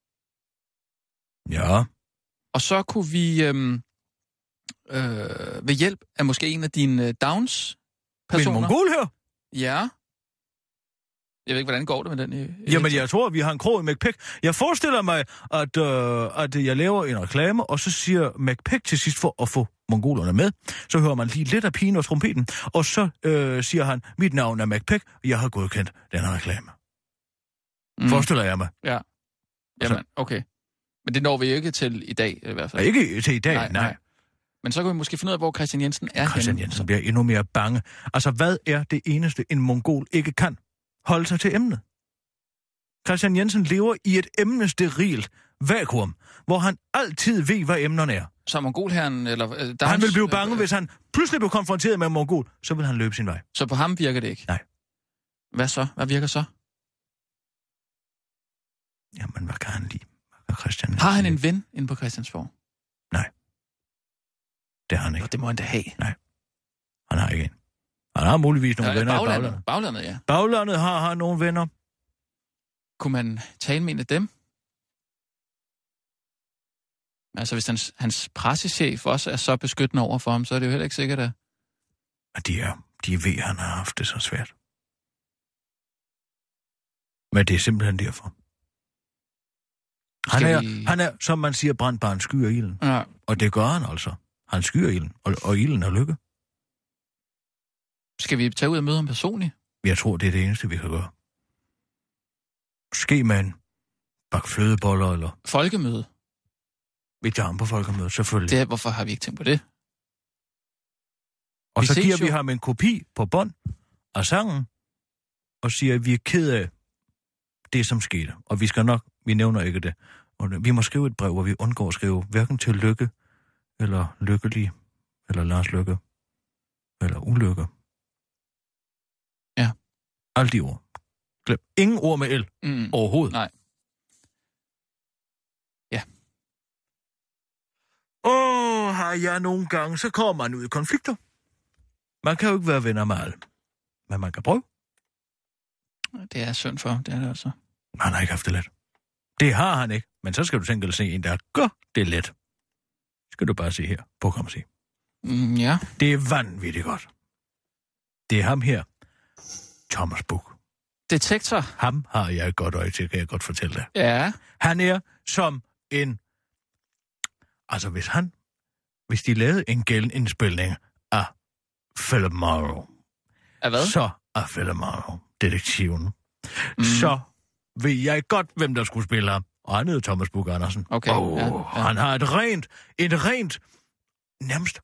Ja. Og så kunne vi... ved hjælp af måske en af dine Downs-personer... Min mongol her? Ja. Jeg ved ikke, hvordan går det med den? Jamen, jeg tror, vi har en krog i McPick. Jeg forestiller mig, at jeg laver en reklame, og så siger McPick til sidst for at få mongolerne med. Så hører man lige lidt af pigen og trompeten, og så siger han, mit navn er McPick, og jeg har godkendt den her reklame. Forestiller jeg mig. Ja. Jamen, okay. Men det når vi ikke til i dag, i hvert fald. Ikke til i dag, nej. Men så kan vi måske finde ud af, hvor Christian Jensen er. Christian Jensen bliver endnu mere bange. Altså, hvad er det eneste, en mongol ikke kan? Holde sig til emnet. Christian Jensen lever i et emnesterilt vakuum, hvor han altid ved, hvad emnerne er. Så mongolherren, eller... Han vil blive bange, hvis han pludselig bliver konfronteret med en mongol, så vil han løbe sin vej. Så på ham virker det ikke? Nej. Hvad så? Hvad virker så? Jamen, hvad kan han lide? Christian Jensen? Har han en ven inde på Christiansborg? Nej. Det har han ikke. Det må han da have. Nej. Han har ikke en. Han har muligvis nogle venner i baglandet. Baglandet, ja. Baglandet har nogle venner. Kunne man tale med en af dem? Altså, hvis hans pressechef også er så beskyttende over for ham, så er det jo heller ikke sikkert, at... De ved, at han har haft det så svært. Men det er simpelthen derfor. Han er, som man siger, brandbarn skyer ilden. Ja. Og det gør han altså. Han skyer ilden, og ilden er lykke. Skal vi tage ud og møde ham personligt? Jeg tror, det er det eneste, vi kan gøre. Måske med en bakke flødeboller, eller... Folkemøde? Vi tager ham på folkemøde, selvfølgelig. Hvorfor har vi ikke tænkt på det? Og så giver vi ham en kopi på bånd af sangen, og siger, at vi er ked af det, som skete. Og vi nævner ikke det. Og vi må skrive et brev, hvor vi undgår at skrive hverken til lykke, eller lykkelig, eller Lars Lykke, eller ulykke. Ja. Alle de ord. Glem. Ingen ord med L overhovedet. Nej. Ja. Har jeg nogle gange, så kommer man ud i konflikter. Man kan jo ikke være venner med alle. Men man kan prøve. Det er synd for, det er det altså. Han har ikke haft det let. Det har han ikke. Men så skal du tænke at se en, der gør det let. Skal du bare se her. På kom og se. Ja. Det er vanvittigt godt. Det er ham her. Thomas Buch. Detektor. Ham har jeg et godt øje til, kan jeg godt fortælle dig. Ja. Han er som en... Altså, hvis de lavede en genindspilning af Philip Marlowe. Af hvad? Så af Philip Marlowe, detektiven. Så ved jeg godt, hvem der skulle spille ham. Og han hedder Thomas Buch Andersen. Okay. Ja. Han har et rent, nærmest...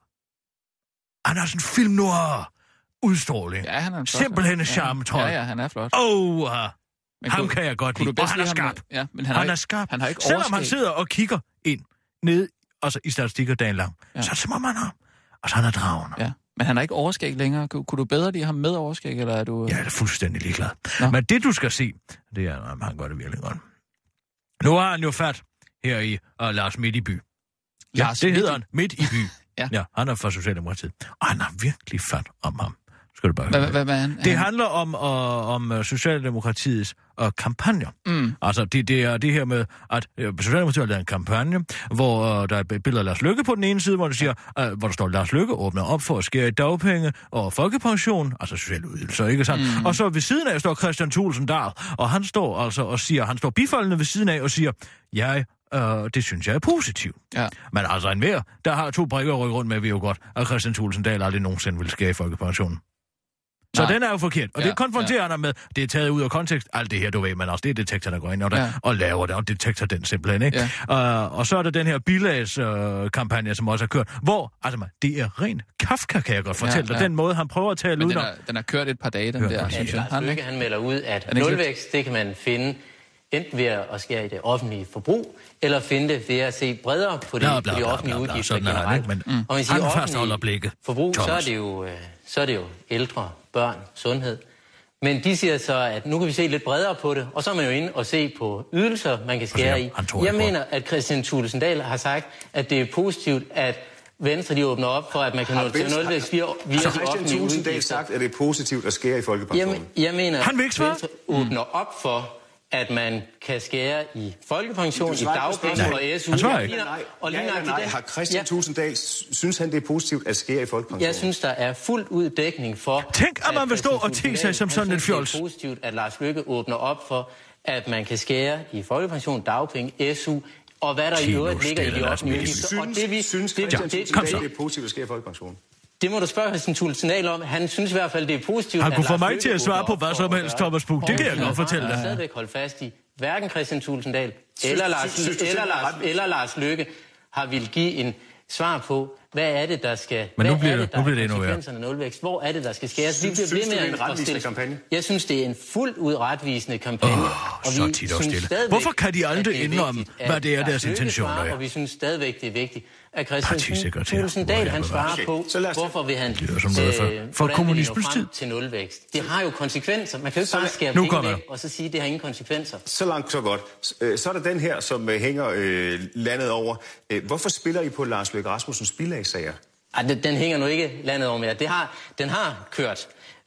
Han har sådan en film noir udstråling. Ja, han er simpelthen en charme, tror jeg. Ja, han er flot. Ham kan jeg godt lide. Og han er skarp. Ja, men han er skarp. Han har ikke selvom han sidder og kigger ind, ned, altså i statistikker dagen lang, så må man ham. Og så han er dragen. Ja, men han har ikke overskæg længere. Kunne du bedre lide ham med overskæg, eller er du... Jeg er fuldstændig ligeglad. Nå. Men det, du skal se, det er, han gør det virkelig godt. Nu har han jo fat her i Lars Midt i By. Ja, det hedder han. Midt i By. Ja, han er fra Socialdemokratiet. Og han har virkelig fat om ham. Skal du bare hvad han? Det handler om Socialdemokratiets kampagner. Altså, det er det her med, at Socialdemokratiet har lavet en kampagne, hvor der er billeder af Lars Løkke på den ene side, hvor der står, Lars Løkke åbner op for at skære i dagpenge og folkepension, altså sociale ydelser, ikke sandt? Og så ved siden af står Christian Thulesen Dahl, og han står altså og siger, han står bifaldende ved siden af og siger, det synes jeg er positivt. Ja. Men altså enhver, der har 2 brikker at rykke rundt med, ved jo godt, at Christian Thulesen Dahl aldrig nogensinde vil skære i folkepensionen. Så den er jo forkert, og det konfronterer han med. Det er taget ud af kontekst, alt det her, du ved, men også det er Detektor, der går ind og laver det, og Detektor den simpelthen, ikke? Ja. Og så er der den her bilagskampagne, som også har kørt, hvor, altså, det er ren Kafka, kan jeg godt fortælle dig, den måde, han prøver at tale ud om. Den har kørt et par dage, den der, synes jeg. Lars Løkke, han melder ud, at nulvækst, det kan man finde enten ved at skære i det offentlige forbrug, eller finde det ved at se bredere på de offentlige udgifter generelt. Og man siger offentlige forbrug, så er det jo ældre, børn, sundhed. Men de siger så, at nu kan vi se lidt bredere på det, og så er man jo inde og se på ydelser, man kan skære i. Jeg mener, at Christian Thulesen Dahl har sagt, at det er positivt, at Venstre de åbner op for, at man kan nå til nulvækst via de offentlige udgifter. Har Christian Thulesen Dahl sagt, at det er positivt at skære i folkepensionen? Jeg mener, at Venstre åbner op for, at man kan skære i folkepension, i dagpenge og SU. Nej. Har Kristian Thulesen Dahl, synes han, det er positivt at skære i folkepension? Jeg synes, der er fuldt ud dækning for... Tænk, at man vil stå og tænke sig som sådan en fjols. Det er positivt, at Lars Løkke åbner op for, at man kan skære i folkepension, dagpenge, SU, og hvad der i øvrigt ligger i de offentlige udgifter. Synes Kristian Thulesen Dahl, det er positivt at skære i folkepension? Det må du spørge Kristian Thulesen Dahl om. Han synes i hvert fald, det er positivt, han kunne få mig til at svare på hvad som helst, Thomas Buch. Det kan jeg godt fortælle dig. Han har stadigvæk holdt fast i, hverken Kristian Thulesen Dahl eller Lars Løkke har ville give en svar på, hvad er det, der skal... Men nu bliver det endnu værre. Nulvækst. Hvor er det, der skal skæres? Vi bliver ved med en retvisende kampagne? Jeg synes, det er en fuldt ud retvisende kampagne. Så tit og stille. Hvorfor kan de aldrig indrømme, hvad det er deres intentioner er? Og vi synes stadigvæk, det er vigtigt, at Kristian Thulesen Dahl, han svarer på, hvorfor vil han for kommunismens tid til nulvækst. Det har jo konsekvenser. Man kan jo ikke bare skære penge væk, og så sige, at det har ingen konsekvenser. Så langt, så godt. Så er der den her, som hænger landet over. Hvorfor spiller I på Lars Løkke Rasmussens bilagssager? Den hænger nu ikke landet over mere. Den har kørt.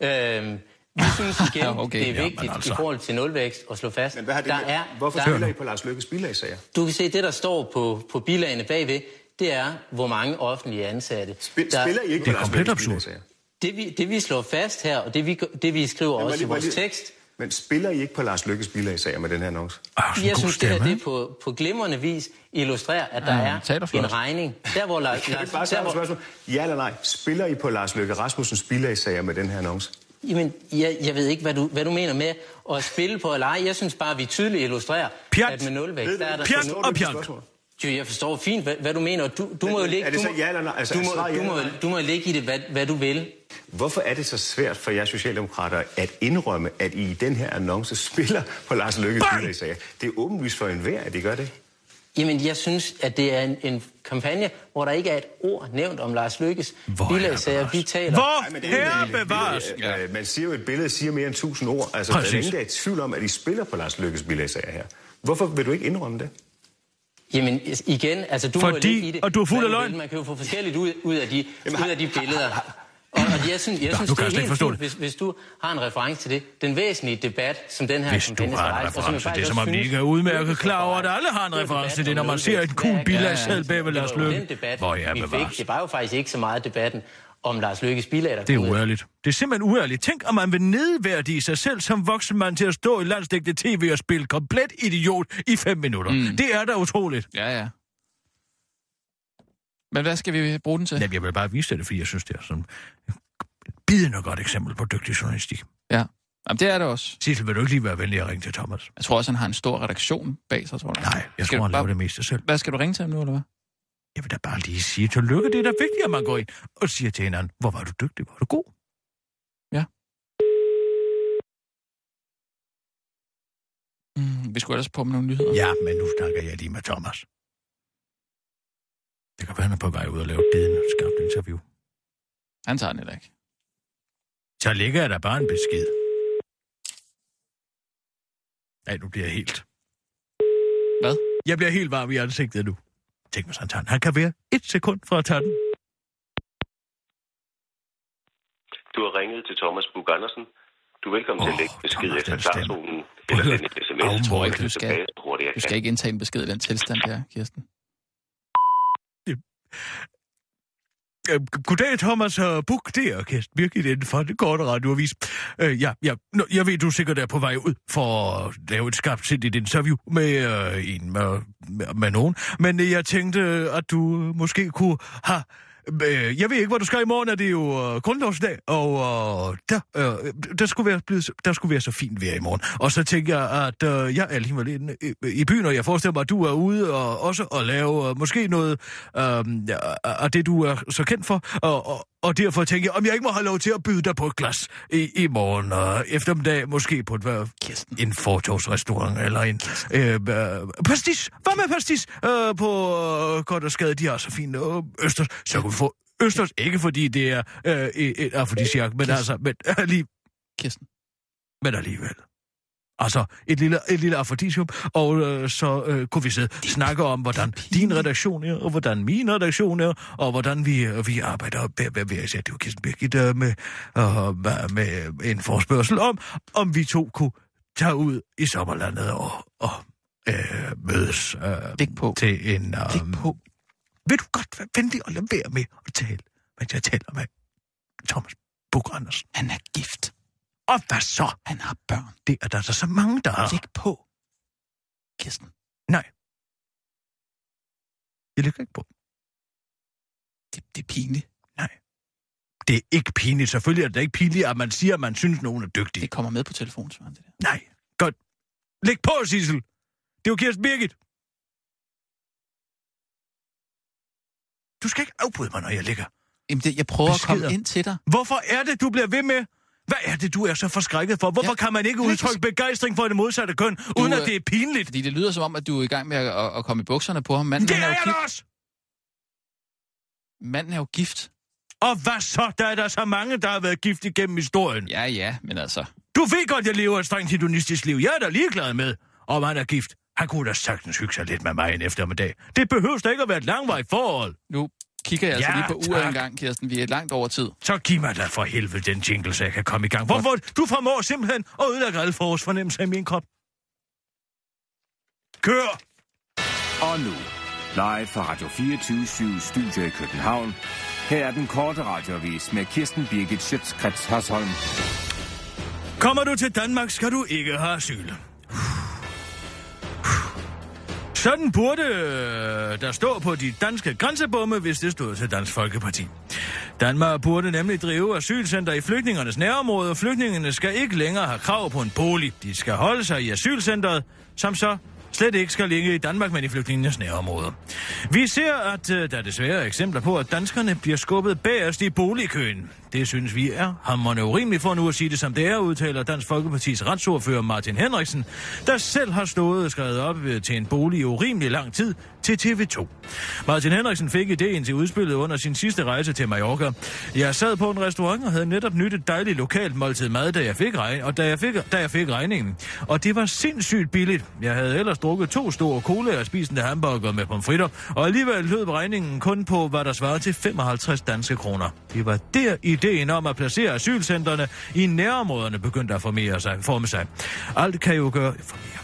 Vi synes igen, det er vigtigt i forhold til nulvækst at slå fast. Men hvad har det hvorfor spiller I på Lars Løkkes bilagssager? Du kan se, det der står på bilagene bagved, det er, hvor mange offentlige ansatte. Spiller I ikke på Lars Løkkes bilagssager? Det vi slår fast her, og det vi skriver også i vores tekst... Men spiller I ikke på Lars Løkkes bilagssager med den her annonce? Jeg synes, det her det på glimrende vis illustrerer, at der er en regning. Der hvor Lars... Ja eller nej, spiller I på Lars Løkke Rasmussens bilagssager med den her annonce? Jamen, jeg ved ikke, hvad du mener med at spille på eller ej. Jeg synes bare, vi tydeligt illustrerer, at med nulvækst, der er der... Pjat og pjat. Jeg forstår fint, hvad du mener. Du må jo ligge... Er det så ja eller nej? Altså, du må ligge i det, hvad du vil. Hvorfor er det så svært for jer socialdemokrater at indrømme, at I i den her annonce spiller på Lars Løkkes bilagssager? Det er åbenlyst for enhver, at I gør det. Jamen, jeg synes, at det er en kampagne, hvor der ikke er et ord nævnt om Lars Løkkes bilagssager. Vi taler... Hvor herre bevares! Man siger jo, et billede siger mere end 1000 ord. Altså, der er ingen, der er i tvivl om, at I spiller på Lars Løkkes bilagssager her. Hvorfor vil du ikke indrømme det? Jamen, igen, altså du må jo ligge i det. Og du er fuld af løgn. Man kan jo få forskelligt ud af de billeder. Og jeg synes det er helt fint, hvis du har en reference til det. Den væsentlige debat, som den her kampagne skal rejse. Det er som om de ikke er udmærket klar over, at alle har en reference til det, når man ser en cool bilagsseddel bag ved Lars Løkke. Hvor jeg bevares. Det var jo faktisk ikke så meget debatten om Lars Løkkes bilag. Det er uærligt. Det er simpelthen uærligt. Tænk, om man vil nedværdige sig selv som voksen mand til at stå i landsdækkende tv og spille komplet idiot i 5 minutter. Det er da utroligt. Ja. Men hvad skal vi bruge den til? Jeg vil bare vise det, fordi jeg synes, det er sådan et bidende godt eksempel på dygtig journalistik. Ja, jamen, det er det også. Sissel, vil du ikke lige være venlig at ringe til Thomas? Jeg tror også, han har en stor redaktion bag sig, tror jeg. Nej, jeg tror, han laver det meste selv. Hvad skal du ringe til ham nu, eller hvad? Jeg vil da bare lige sige tillykke. Det er da vigtigt, at man går ind og siger til hinanden, hvor var du dygtig, hvor var du god? Ja. Vi skulle ellers på med nogle nyheder. Ja, men nu snakker jeg lige med Thomas. Det kan være, han er på vej ud og lave et bidende skarpt interview. Han tager den heller ikke. Så ligger jeg der bare en besked. Nej, nu bliver jeg helt... Hvad? Jeg bliver helt varm i ansigtet nu. Tænk mig, sådan han kan være 1 sekund fra at tage den. Du har ringet til Thomas Buch Andersen. Du er velkommen til at lægge besked efter startzonen. Eller sende et sms. Du skal ikke indtage en besked i den tilstand der, Kirsten. Goddag, Thomas Buch. Det er Kirsten Birgit inden for det korte radioavis. Jeg ved, du sikkert er på vej ud for at lave et skarpsindigt interview med nogen. Men jeg tænkte, at du måske kunne have... Jeg ved ikke, hvor du skal i morgen, er det jo grundlovsdag, og der skulle være så fint vejr i morgen. Og så tænker jeg, at jeg er alligevel inde i byen, og jeg forestiller mig, at du er ude og også at lave måske noget af det, du er så kendt for, og derfor tænker jeg, om jeg ikke må have lov til at byde dig på et glas i morgen eftermiddag, måske på en fortovsrestaurant, eller en pastis. Hvad med pastis? På Godt og Skade, de har så fint østers, så kan vi få østers, ikke fordi det er et afrodisiak, men altså, Kirsten. Men alligevel. Altså, et lille afrodisium, og så kunne vi snakke om, hvordan din redaktion er, og hvordan min redaktion er, og hvordan vi arbejder. Det er jo Kirsten Birgit med en forespørgsel om vi to kunne tager ud i sommerlandet og mødes til en... Vil du godt være venlig og lade være med at tale, mens jeg taler med Thomas Buch-Andersen? Han er gift. Og hvad så? Han har børn. Det er der så mange, der har. Læg på, Kirsten. Nej. Jeg lægger ikke på. Det er pinligt. Nej. Det er ikke pinligt. Selvfølgelig er det ikke pinligt, at man siger, at man synes, nogen er dygtig. Det kommer med på telefonsvaren, det der. Nej. Godt. Læg på, Sissel. Det er jo Kirsten Birgit. Du skal ikke afbryde mig, når jeg ligger. Jamen, jeg prøver beskeder. At komme ind til dig. Hvorfor er det, du bliver ved med? Hvad er det, du er så forskrækket for? Hvorfor kan man ikke udtrykke begejstring for det modsatte køn, uden at det er pinligt? Fordi det lyder som om, at du er i gang med at komme i bukserne på ham. Manden, det er jeg også! Manden er jo gift. Og hvad så? Der er der så mange, der har været gift igennem historien. Ja, men altså... Du ved godt, jeg lever et strengt hedonistisk liv. Jeg er da ligeglad med, om han er gift. Han kunne da sagtens hygge sig lidt med mig en eftermiddag. Det behøver da ikke at være et langvarigt forhold. Nu kigger jeg altså lige på uret en gang, Kirsten. Vi er langt over tid. Så giv mig da for helvede den jingle, så jeg kan komme i gang. Hvorfor? Du formår simpelthen at ødelægge alle forårsfornemmelser i min krop. Kør! Og nu, live fra Radio 24/7 Studio i København. Her er den korte radioavis med Kirsten Birgit Schøtz-Krets Hørsholm. Kommer du til Danmark, skal du ikke have asyl. Sådan burde der stå på de danske grænsebomme, hvis det stod til Dansk Folkeparti. Danmark burde nemlig drive asylcenter i flygtningernes nærområde, og flygtningerne skal ikke længere have krav på en bolig. De skal holde sig i asylcenteret, som så slet ikke skal ligge i Danmark, men i flygtningernes nærområde. Vi ser, at der desværre er eksempler på, at danskerne bliver skubbet bagerst i boligkøen. Det synes vi er hamrende urimeligt, for nu at sige det som det er, udtaler Dansk Folkepartis retsordfører Martin Henriksen, der selv har stået og skrevet op til en bolig i urimelig lang tid til TV2. Martin Henriksen fik idéen til udspillet under sin sidste rejse til Mallorca. Jeg sad på en restaurant og havde netop nydt et dejligt lokalt måltid mad, da jeg fik regningen. Og det var sindssygt billigt. Jeg havde ellers drukket 2 store cola og spist en hamburger med pomfritter, og alligevel lød regningen kun på, hvad der svarede til 55 danske kroner. Det var der ideen om at placere asylcentrene i nærområderne begyndte at forme sig. Alt kan jo gøre...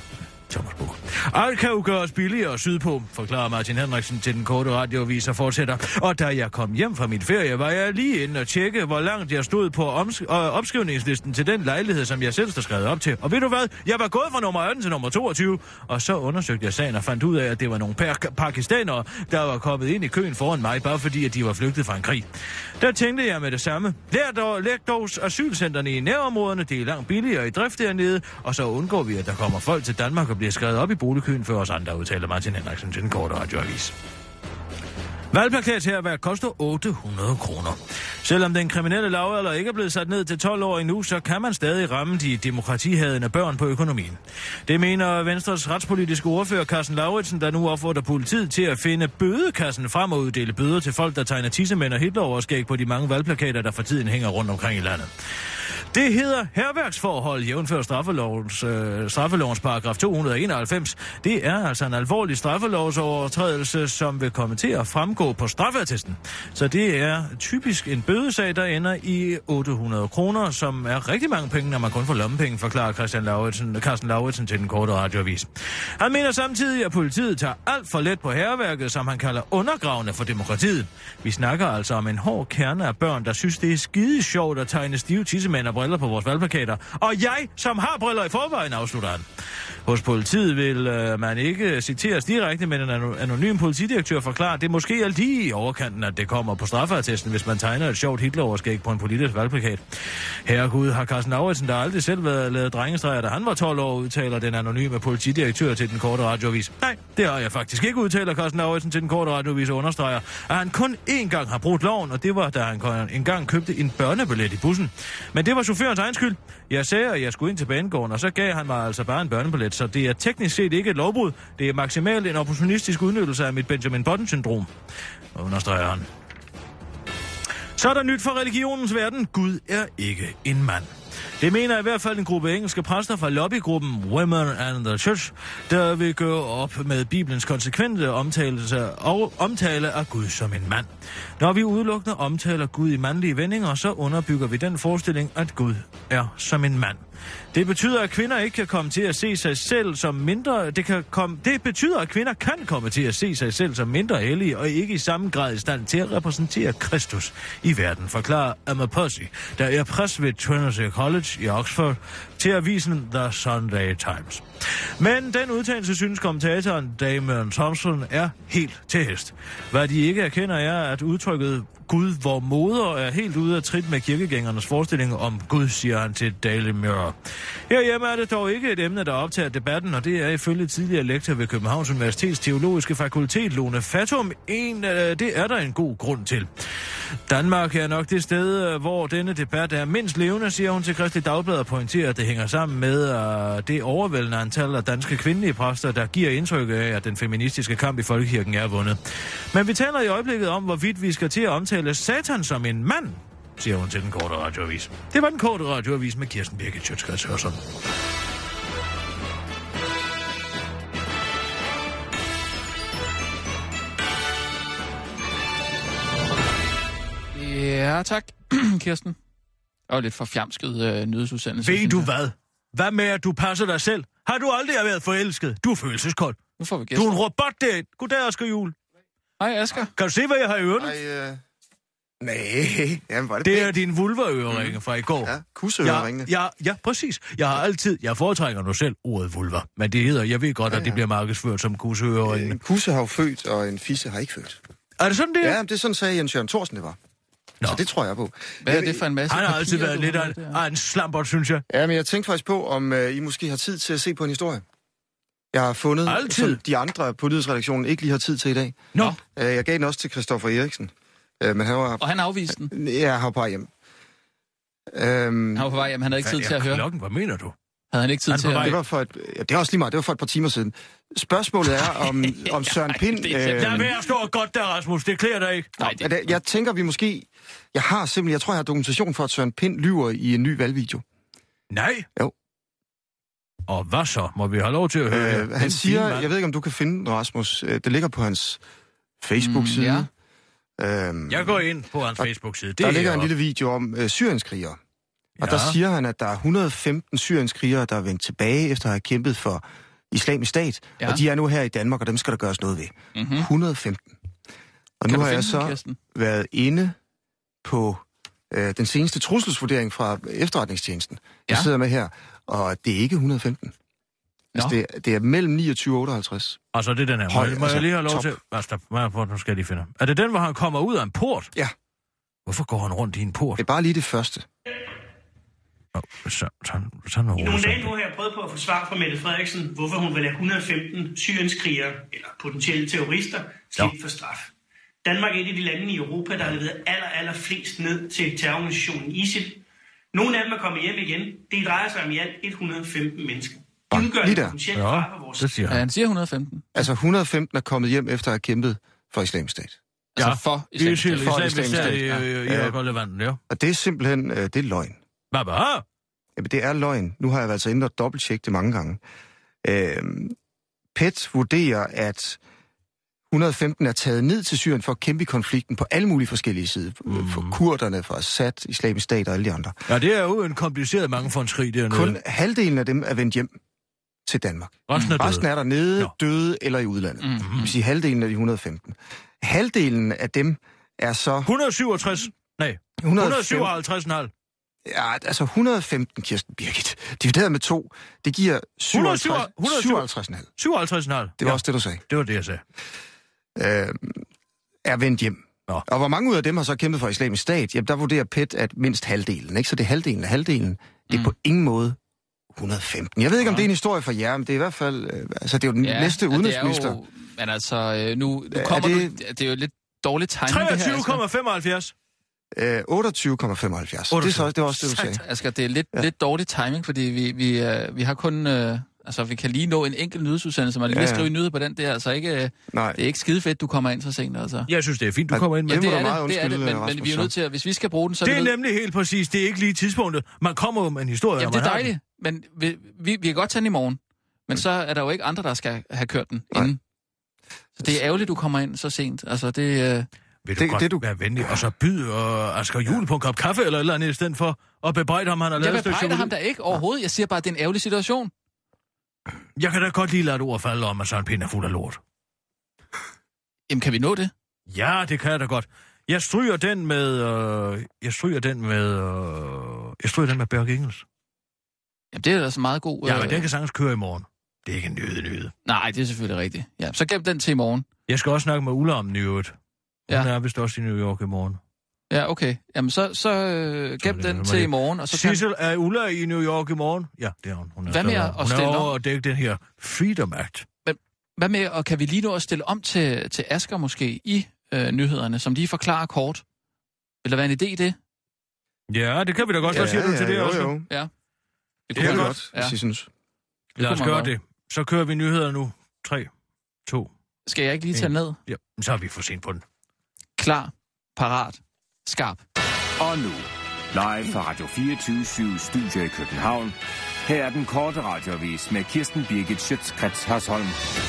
Alt kan jo gøres billigere sydpå, forklarer Martin Henriksen til den korte radioavis og fortsætter. Og da jeg kom hjem fra min ferie, var jeg lige inde og tjekke, hvor langt jeg stod på opskrivningslisten til den lejlighed, som jeg selv stod skrevet op til. Og ved du hvad? Jeg var gået fra nummer 18 til nummer 22, og så undersøgte jeg sagen og fandt ud af, at det var nogle pakistanere, der var kommet ind i køen foran mig, bare fordi at de var flygtet fra en krig. Der tænkte jeg med det samme. Læg dog asylcentrene i nærområderne, det er langt billigere i drift dernede, og så undgår vi, at der kommer folk til Danmark og bliver skrevet op i boligkøen for os andre, udtaler Martin Henriksen til den korte radioavis. Valgplakat her, hvad koster 800 kroner. Selvom den kriminelle lavalder ikke er blevet sat ned til 12 år endnu, så kan man stadig ramme de demokratihadende børn på økonomien. Det mener Venstres retspolitiske ordfører Carsten Lauritsen, der nu opfordrer politiet til at finde bødekassen frem og uddele bøder til folk, der tegner tissemænd og Hitler-overskæg på de mange valgplakater, der for tiden hænger rundt omkring i landet. Det hedder hærværksforhold, jævnfør straffelovens paragraf 291. Det er altså en alvorlig straffelovsovertrædelse, som vil komme til at fremgå på straffeattesten. Så det er typisk en bødesag, der ender i 800 kroner, som er rigtig mange penge, når man kun får lommepenge, forklarer Carsten Lauritsen til den korte radioavis. Han mener samtidig, at politiet tager alt for let på hærværket, som han kalder undergravende for demokratiet. Vi snakker altså om en hård kerne af børn, der synes, det er skide sjovt at tegne stive tissemænd og briller på vores valgplakater. Og jeg, som har briller i forvejen, afslutter han. Hos politiet vil man ikke citeres direkte, men en anonym politidirektør forklarer, at det måske er lige i overkanten, at det kommer på straffeattesten, hvis man tegner et sjovt Hitler-overskæg på en politisk valgplakat. Herregud, har Carsten Lauritsen, der aldrig selv været lavet drengestreger, da han var 12 år, udtaler den anonyme politidirektør til den korte radioavis. Nej, det har jeg faktisk ikke, udtaler Carsten Lauritsen til den korte radioavis og understreger, at han kun én gang har brudt loven, og det var, da han engang købte en børnebillet i bussen. Men det var chaufførens egen skyld. Jeg sagde, at jeg skulle ind til banegården, og så gav han mig altså bare en børnebillet, så det er teknisk set ikke et lovbrud. Det er maksimalt en opportunistisk udnyttelse af mit Benjamin Button-syndrom, understreger han. Så er der nyt for religionens verden. Gud er ikke en mand. Det mener i hvert fald en gruppe engelske præster fra lobbygruppen Women and the Church, der vil gøre op med Bibelens konsekvente omtale af Gud som en mand. Når vi udelukkende omtaler Gud i mandlige vendinger, så underbygger vi den forestilling, at Gud er som en mand. Det betyder, at kvinder ikke kan komme til at se sig selv som mindre... Det betyder, at kvinder kan komme til at se sig selv som mindre hellige og ikke i samme grad i stand til at repræsentere Kristus i verden, forklarer Emma Pussy, der er præst ved Trinity College i Oxford, til avisen The Sunday Times. Men den udtalelse synes kommentatoren Damon Thompson er helt til hest. Hvad de ikke erkender er, at udtrykket Gud, hvor moder er helt ude af trit med kirkegængernes forestilling om Gud, siger han til Daily Mirror. Herhjemme er det dog ikke et emne, der optager debatten, og det er ifølge tidligere lektor ved Københavns Universitets Teologiske Fakultet, Lone Fatum, det er der en god grund til. Danmark er nok det sted, hvor denne debat er mindst levende, siger hun til Kristeligt Dagblad og pointerer, at det hænger sammen med det overvældende antal af danske kvindelige præster, der giver indtryk af, at den feministiske kamp i folkekirken er vundet. Men vi taler i øjeblikket om, hvorvidt vi skal til at omtale Satan som en mand, siger hun til den korte radioavis. Det var den korte radioavis med Kirsten Birgit Schøtz-Krets Hørsholm. Ja, tak, Kirsten. Og lidt for fjamsket nyhedsudsendelse. Ved du hvad? Hvad med, at du passer dig selv? Har du aldrig været forelsket? Du er følelseskold. Nu får vi gæster. Du er en robot derind. Goddag, Asger Juhl. Hej, Asger. Kan du se, hvad jeg har i ørerne? Nej. Jamen, var det det er din vulva-øreringe fra i går. Ja, kusseøringene. Ja, præcis. Jeg foretrækker nu selv ordet vulva, men det hedder, jeg ved godt, at det bliver markedsført som kusseøringene. En kusse har jo født, og en fisse har ikke født. Er det sådan, det er? Ja, det er sådan, sagde Jens Jørgen Thorsen, det var. Nå. Så det tror jeg på. Hvad er det for en masse Han har altid været lidt af en slampert, synes jeg. Ja, men jeg tænkte faktisk på, om I måske har tid til at se på en historie. Jeg har fundet, som de andre på nyhedsredaktionen ikke lige har tid til i dag. Nå. Jeg gav den også til Christoffer Eriksen. Men han var... Og han afviste den? Ja, han var på vej hjem. Han var på vej hjem, han havde ikke tid til at høre. Klokken, hvad mener du? Havde han ikke tid til at høre? Det er også lige meget, det var for et par timer siden. Spørgsmålet er, om Søren Pind... Jeg vil stå godt der, Rasmus, det klæder dig ikke. Nej, jeg tænker, vi måske... Jeg tror, jeg har dokumentation for, at Søren Pind lyver i en ny valgvideo. Nej? Jo. Og hvad så? Må vi have lov til at høre? Han siger, jeg ved ikke, om du kan finde den, Rasmus. Det ligger på hans Facebook-side. Ja. Jeg går ind på hans Facebook-side. Der ligger en lille video om syrienskrigere. Og der siger han, at der er 115 syrienskrigere, der er vendt tilbage efter at have kæmpet for Islamisk Stat. Ja. Og de er nu her i Danmark, og dem skal der gøres noget ved. 115. Og nu har jeg så været inde på den seneste trusselsvurdering fra efterretningstjenesten. Jeg sidder med her, og det er ikke 115. Altså, det er mellem 29 og 58. Altså, det er den her. Må jeg lige have lov til... Nu skal jeg lige finde. Er det den, hvor han kommer ud af en port? Ja. Hvorfor går han rundt i en port? Det er bare lige det første. I nogle dage nu har jeg prøvet på at få svar fra Mette Frederiksen, hvorfor hun vil lade 115 syrienskrigere, eller potentielle terrorister, slippe for straf. Danmark er et af de lande i Europa, der har leveret aller flest ned til terrororganisationen ISIL. Nogle af dem er kommet hjem igen. Det drejer sig om i alt 115 mennesker. De udgør en potentiel fare for vores... Ja, han siger 115. Altså 115 er kommet hjem efter at have kæmpet for Islamisk Stat. Altså for Islamisk Stat. I Levanten, ja. Og det er simpelthen, det er løgn. Hvad? Jamen, det er løgn. Nu har jeg altså inde og dobbelttjekket det mange gange. PET vurderer, at 115 er taget ned til Syrien for at kæmpe i konflikten på alle mulige forskellige sider. For kurderne, for Assad, Islamisk Stat og alle de andre. Ja, det er jo en kompliceret mangefondskrig dernede. Kun halvdelen af dem er vendt hjem til Danmark. Resten er dernede, døde eller i udlandet. Det vil sige halvdelen af de 115. Halvdelen af dem er så... 157,5. Ja, altså 115, Kirsten Birgit. Divideret med 2, det giver 57,5. 57,5. Det var også det, du sagde. Det var det, jeg sagde. Er vendt hjem. Nå. Og hvor mange ud af dem har så kæmpet for Islamisk Stat? Jamen, der vurderer PET, at mindst halvdelen. Ikke? Så det er halvdelen af halvdelen. Det er på ingen måde 115. Jeg ved ikke, om det er en historie for jer, men det er i hvert fald... altså, det er jo den næste udenrigsminister. Men altså, nu kommer det er jo lidt dårligt timing, 23,75. 28,75. Det var også det, du sagde. Asger, det er lidt dårlig timing, fordi vi har kun... altså, vi kan lige nå en enkelt nyhedsudsendelse, man lige skrive en nyhed på den. Det er altså ikke... Det er ikke skide fedt, du kommer ind så sent, altså. Jeg synes, det er fint, du kommer ind med. Ja, det er det, men vi er nødt til at... Hvis vi skal bruge den, så... Det er nemlig helt præcis. Det er ikke lige tidspunktet. Man kommer jo med en historie, jamen, det er dejligt, men vi kan godt tage den i morgen. Men så er der jo ikke andre, der skal have kørt den inden. Så det er ærgerligt, du kommer ind så sent. Altså, det... vil du godt være venlig, og så byd Asger Juhl på en kop kaffe eller et eller andet, i stedet for at bebrejde ham, han har lavet et stykke chokolade. Jeg bebrejder ham da ikke overhovedet. Jeg siger bare, at det er en ærgerlig situation. Jeg kan da godt lige lade et ord falde om, at Søren Pind er fuld af lort. Jamen, kan vi nå det? Ja, det kan jeg da godt. Jeg stryger den med Berg Engels. Jamen, det er da så meget god... Ja, men den kan sagtens køre i morgen. Det er ikke en nyhed. Nej, det er selvfølgelig rigtigt. Ja, så gem den til i morgen. Jeg skal også snakke med Ulla om nyhed. Hun er vist også i New York i morgen. Ja, okay. Jamen, så gem den til i morgen. Og så Sissel, er Ulla i New York i morgen? Ja, det er hun. Hvad med at stille om? Hun er over at dække den her Freedom Act. Hvad med, og kan vi lige nå at stille om til Asger måske i nyhederne, som de forklarer kort? Vil der være en idé i det? Ja, det kan vi da godt. Hvad siger du til det også? Jo. Ja. Det kan vi godt, hvis I synes. Lad os gøre det. Så kører vi nyheder nu. 3, 2... Skal jeg ikke lige tage ned? Ja, så er vi for sent på den. Klar, parat, skarp. Og nu, live fra Radio 24/7 Studio i København. Her er den korte radioavis med Kirsten Birgit Schøtz-Krets Hørsholm.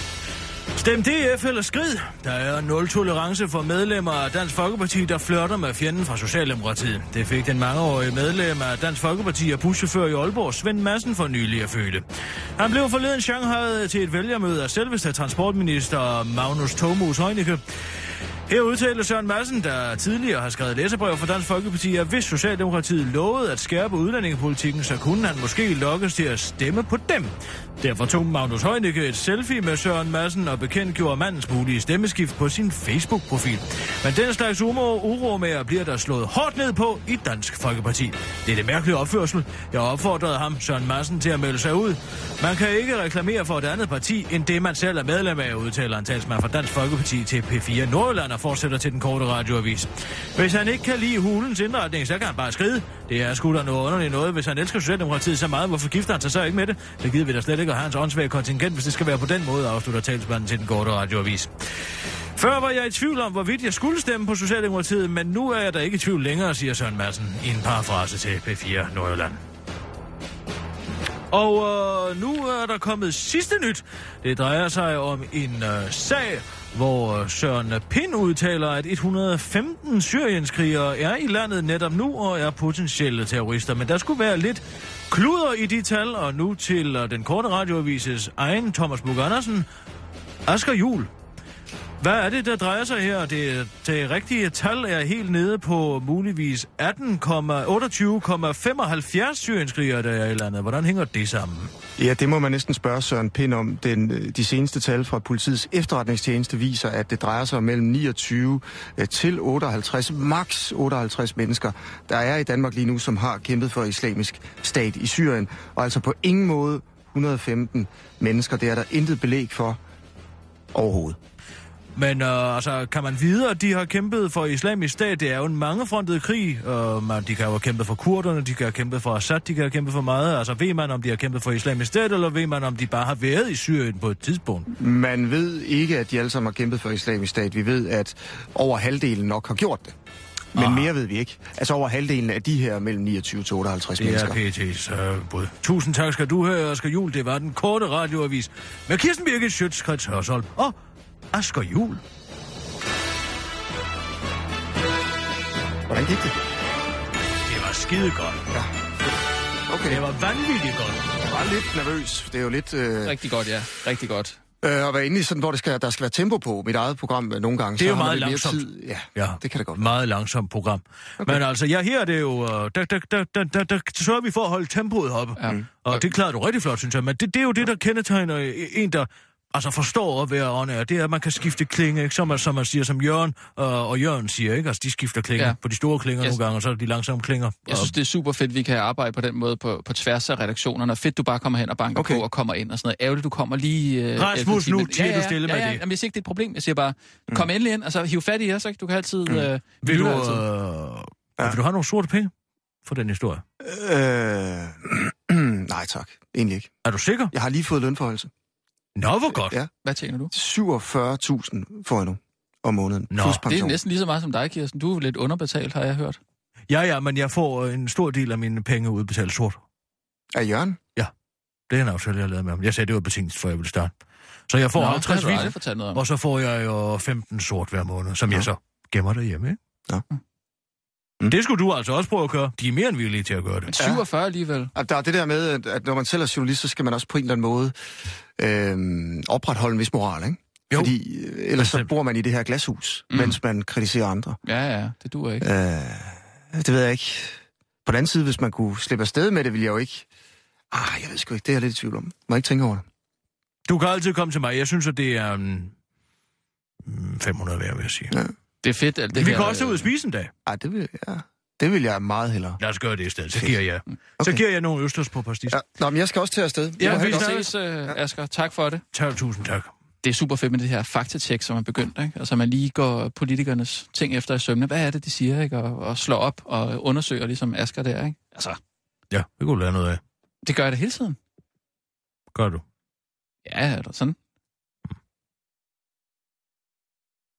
Stem DF eller skrid. Der er 0 tolerance for medlemmer af Dansk Folkeparti, der flirter med fjenden fra Socialdemokratiet. Det fik den mangeårige medlem af Dansk Folkeparti og buschauffør i Aalborg, Svend Madsen, for nylig at føle. Han blev forleden Shanghai til et vælgermøde af selveste transportminister Magnus Tomus Heunicke. Her udtalte Søren Madsen, der tidligere har skrevet læserbrev for Dansk Folkeparti, at hvis Socialdemokratiet lovede at skærpe udlændingepolitikken, så kunne han måske lokkes til at stemme på dem. Derfor tog Magnus Heunicke et selfie med Søren Madsen og bekendtgjorde mandens mulige stemmeskift på sin Facebook-profil. Men den slags uromager bliver der slået hårdt ned på i Dansk Folkeparti. Det er det mærkelige opførsel. Jeg opfordrede ham, Søren Madsen, til at melde sig ud. Man kan ikke reklamere for et andet parti, end det man selv er medlem af, udtaler en talsmand fra Dansk Folkeparti til P4 Nordjylland og fortsætter til den korte radioavis. Hvis han ikke kan lide hulens indretning, så kan han bare skride. Det er sgu da noget underligt noget. Hvis han elsker Socialdemokratiet så meget, hvorfor gifter han sig så ikke med det? Så gider vi da slet ikke at have hans åndssvage kontingent, hvis det skal være på den måde, afslutter talsmanden til den korte radioavis. Før var jeg i tvivl om, hvorvidt jeg skulle stemme på Socialdemokratiet, men nu er jeg da ikke i tvivl længere, siger Søren Madsen i en parafrase til P4 Nordjylland. Og nu er der kommet sidste nyt. Det drejer sig om en sag, hvor Søren Pind udtaler, at 115 syrienskrigere er i landet netop nu og er potentielle terrorister. Men der skulle være lidt kluder i de tal, og nu til den korte radioavises egen Thomas Buch-Andersen, Asger Juhl. Hvad er det, der drejer sig her? Det rigtige tal er helt nede på muligvis 28,75 syrienskrigere, der er i landet. Hvordan hænger det sammen? Ja, det må man næsten spørge Søren Pind om. De seneste tal fra politiets efterretningstjeneste viser, at det drejer sig om mellem 29 til 58, maks 58 mennesker, der er i Danmark lige nu, som har kæmpet for islamisk stat i Syrien. Og altså på ingen måde 115 mennesker. Det er der intet belæg for overhovedet. Men altså, kan man vide, at de har kæmpet for islamisk stat? Det er jo en mangefrontet krig. De kan jo have kæmpet for kurderne, de kan have kæmpet for Assad, de kan have kæmpet for meget. Altså, ved man, om de har kæmpet for islamisk stat, eller ved man, om de bare har været i Syrien på et tidspunkt? Man ved ikke, at de alle sammen har kæmpet for islamisk stat. Vi ved, at over halvdelen nok har gjort det. Men mere ved vi ikke. Altså over halvdelen af de her mellem 29 til 58 mennesker. Det er PET's bud. Tusind tak skal du have, Asger Juhl. Det var den korte radioavis med Kirsten Birgit Schøtz-Krets Hørsholm og Asger Juhl. Hvordan gik det? Det var skide godt. Ja. Okay. Det var vanvittigt godt. Jeg var lidt nervøs. Det er jo lidt... Rigtig godt, ja. Rigtig godt. Og være inde i sådan, hvor der skal være tempo på mit eget program nogle gange. Det er jo meget langsomt. Ja, det kan det godt være. Meget langsomt program. Okay. Men altså, her er det jo... Der sørger vi for at holde tempoet oppe. Ja. Og det klarer du rigtig flot, synes jeg. Men det er jo det, der kendetegner en, der... Altså forstår at være åndær, det er, at man kan skifte klinge, ikke? Som man siger, som Jørgen og Jørgen siger, ikke? Altså, de skifter klinger på de store klinger nogle gange, og så er de langsomme klinger. Jeg synes, det er super fedt, vi kan arbejde på den måde på tværs af redaktionerne. Fedt, du bare kommer hen og banker på og kommer ind og sådan noget. Ærgerligt, du kommer lige... Rasmus, nu til du stille med det. Jamen, jeg siger ikke, det er et problem. Jeg siger bare, kom endelig ind, altså hiv fat i os, ikke? Du kan altid... Vil du have nogle sorte penge for den historie? Nej, tak. Egentlig ikke. Er du sikker? Jeg har lige fået lønforhøjelse. Nå, hvor godt. Ja. Hvad tjener du? 47.000 får jeg nu om måneden. Nå, det er næsten lige så meget som dig, Kirsten. Du er lidt underbetalt, har jeg hørt. Ja, men jeg får en stor del af mine penge udbetalt sort. Af Jørgen? Ja, det er en aftale, jeg har lavet med ham. Jeg sagde, det var betinget, for jeg ville starte. Så jeg får 50 hvidt, og så får jeg jo 15 sort hver måned, som jeg så gemmer derhjemme, ikke? Ja. Det skulle du altså også prøve at gøre. De er mere end villige til at gøre det. Men 47 alligevel. Der er det der med, at når man selv er journalist, så skal man også på en eller anden måde opretholde en vis moral, ikke? Jo. Fordi ellers så bor man i det her glashus, mens man kritiserer andre. Ja, det duer ikke. Det ved jeg ikke. På den anden side, hvis man kunne slippe afsted med det, ville jeg jo ikke... jeg ved sgu ikke, det er jeg lidt i tvivl om. Må jeg ikke tænke over det? Du kan altid komme til mig. Jeg synes, at det er 500 værd, vil jeg sige. Ja. Det er fedt, alt det vi kan også tage ud og spise en dag. Det vil jeg meget hellere. Lad os gøre det i stedet. Så giver jeg nogle østers på pastis. Ja. Men jeg skal også til afsted. Ja, vi ses, Asger. Tak for det. Tusind tak. Det er super fedt med det her faktatjek, som er begyndt, ikke? Altså, man lige går politikernes ting efter i sømne. Hvad er det, de siger, ikke? Og slår op og undersøger, ligesom Asger der, ikke? Altså. Ja, det kunne du lære noget af. Det gør jeg det hele tiden. Gør du? Ja, eller sådan.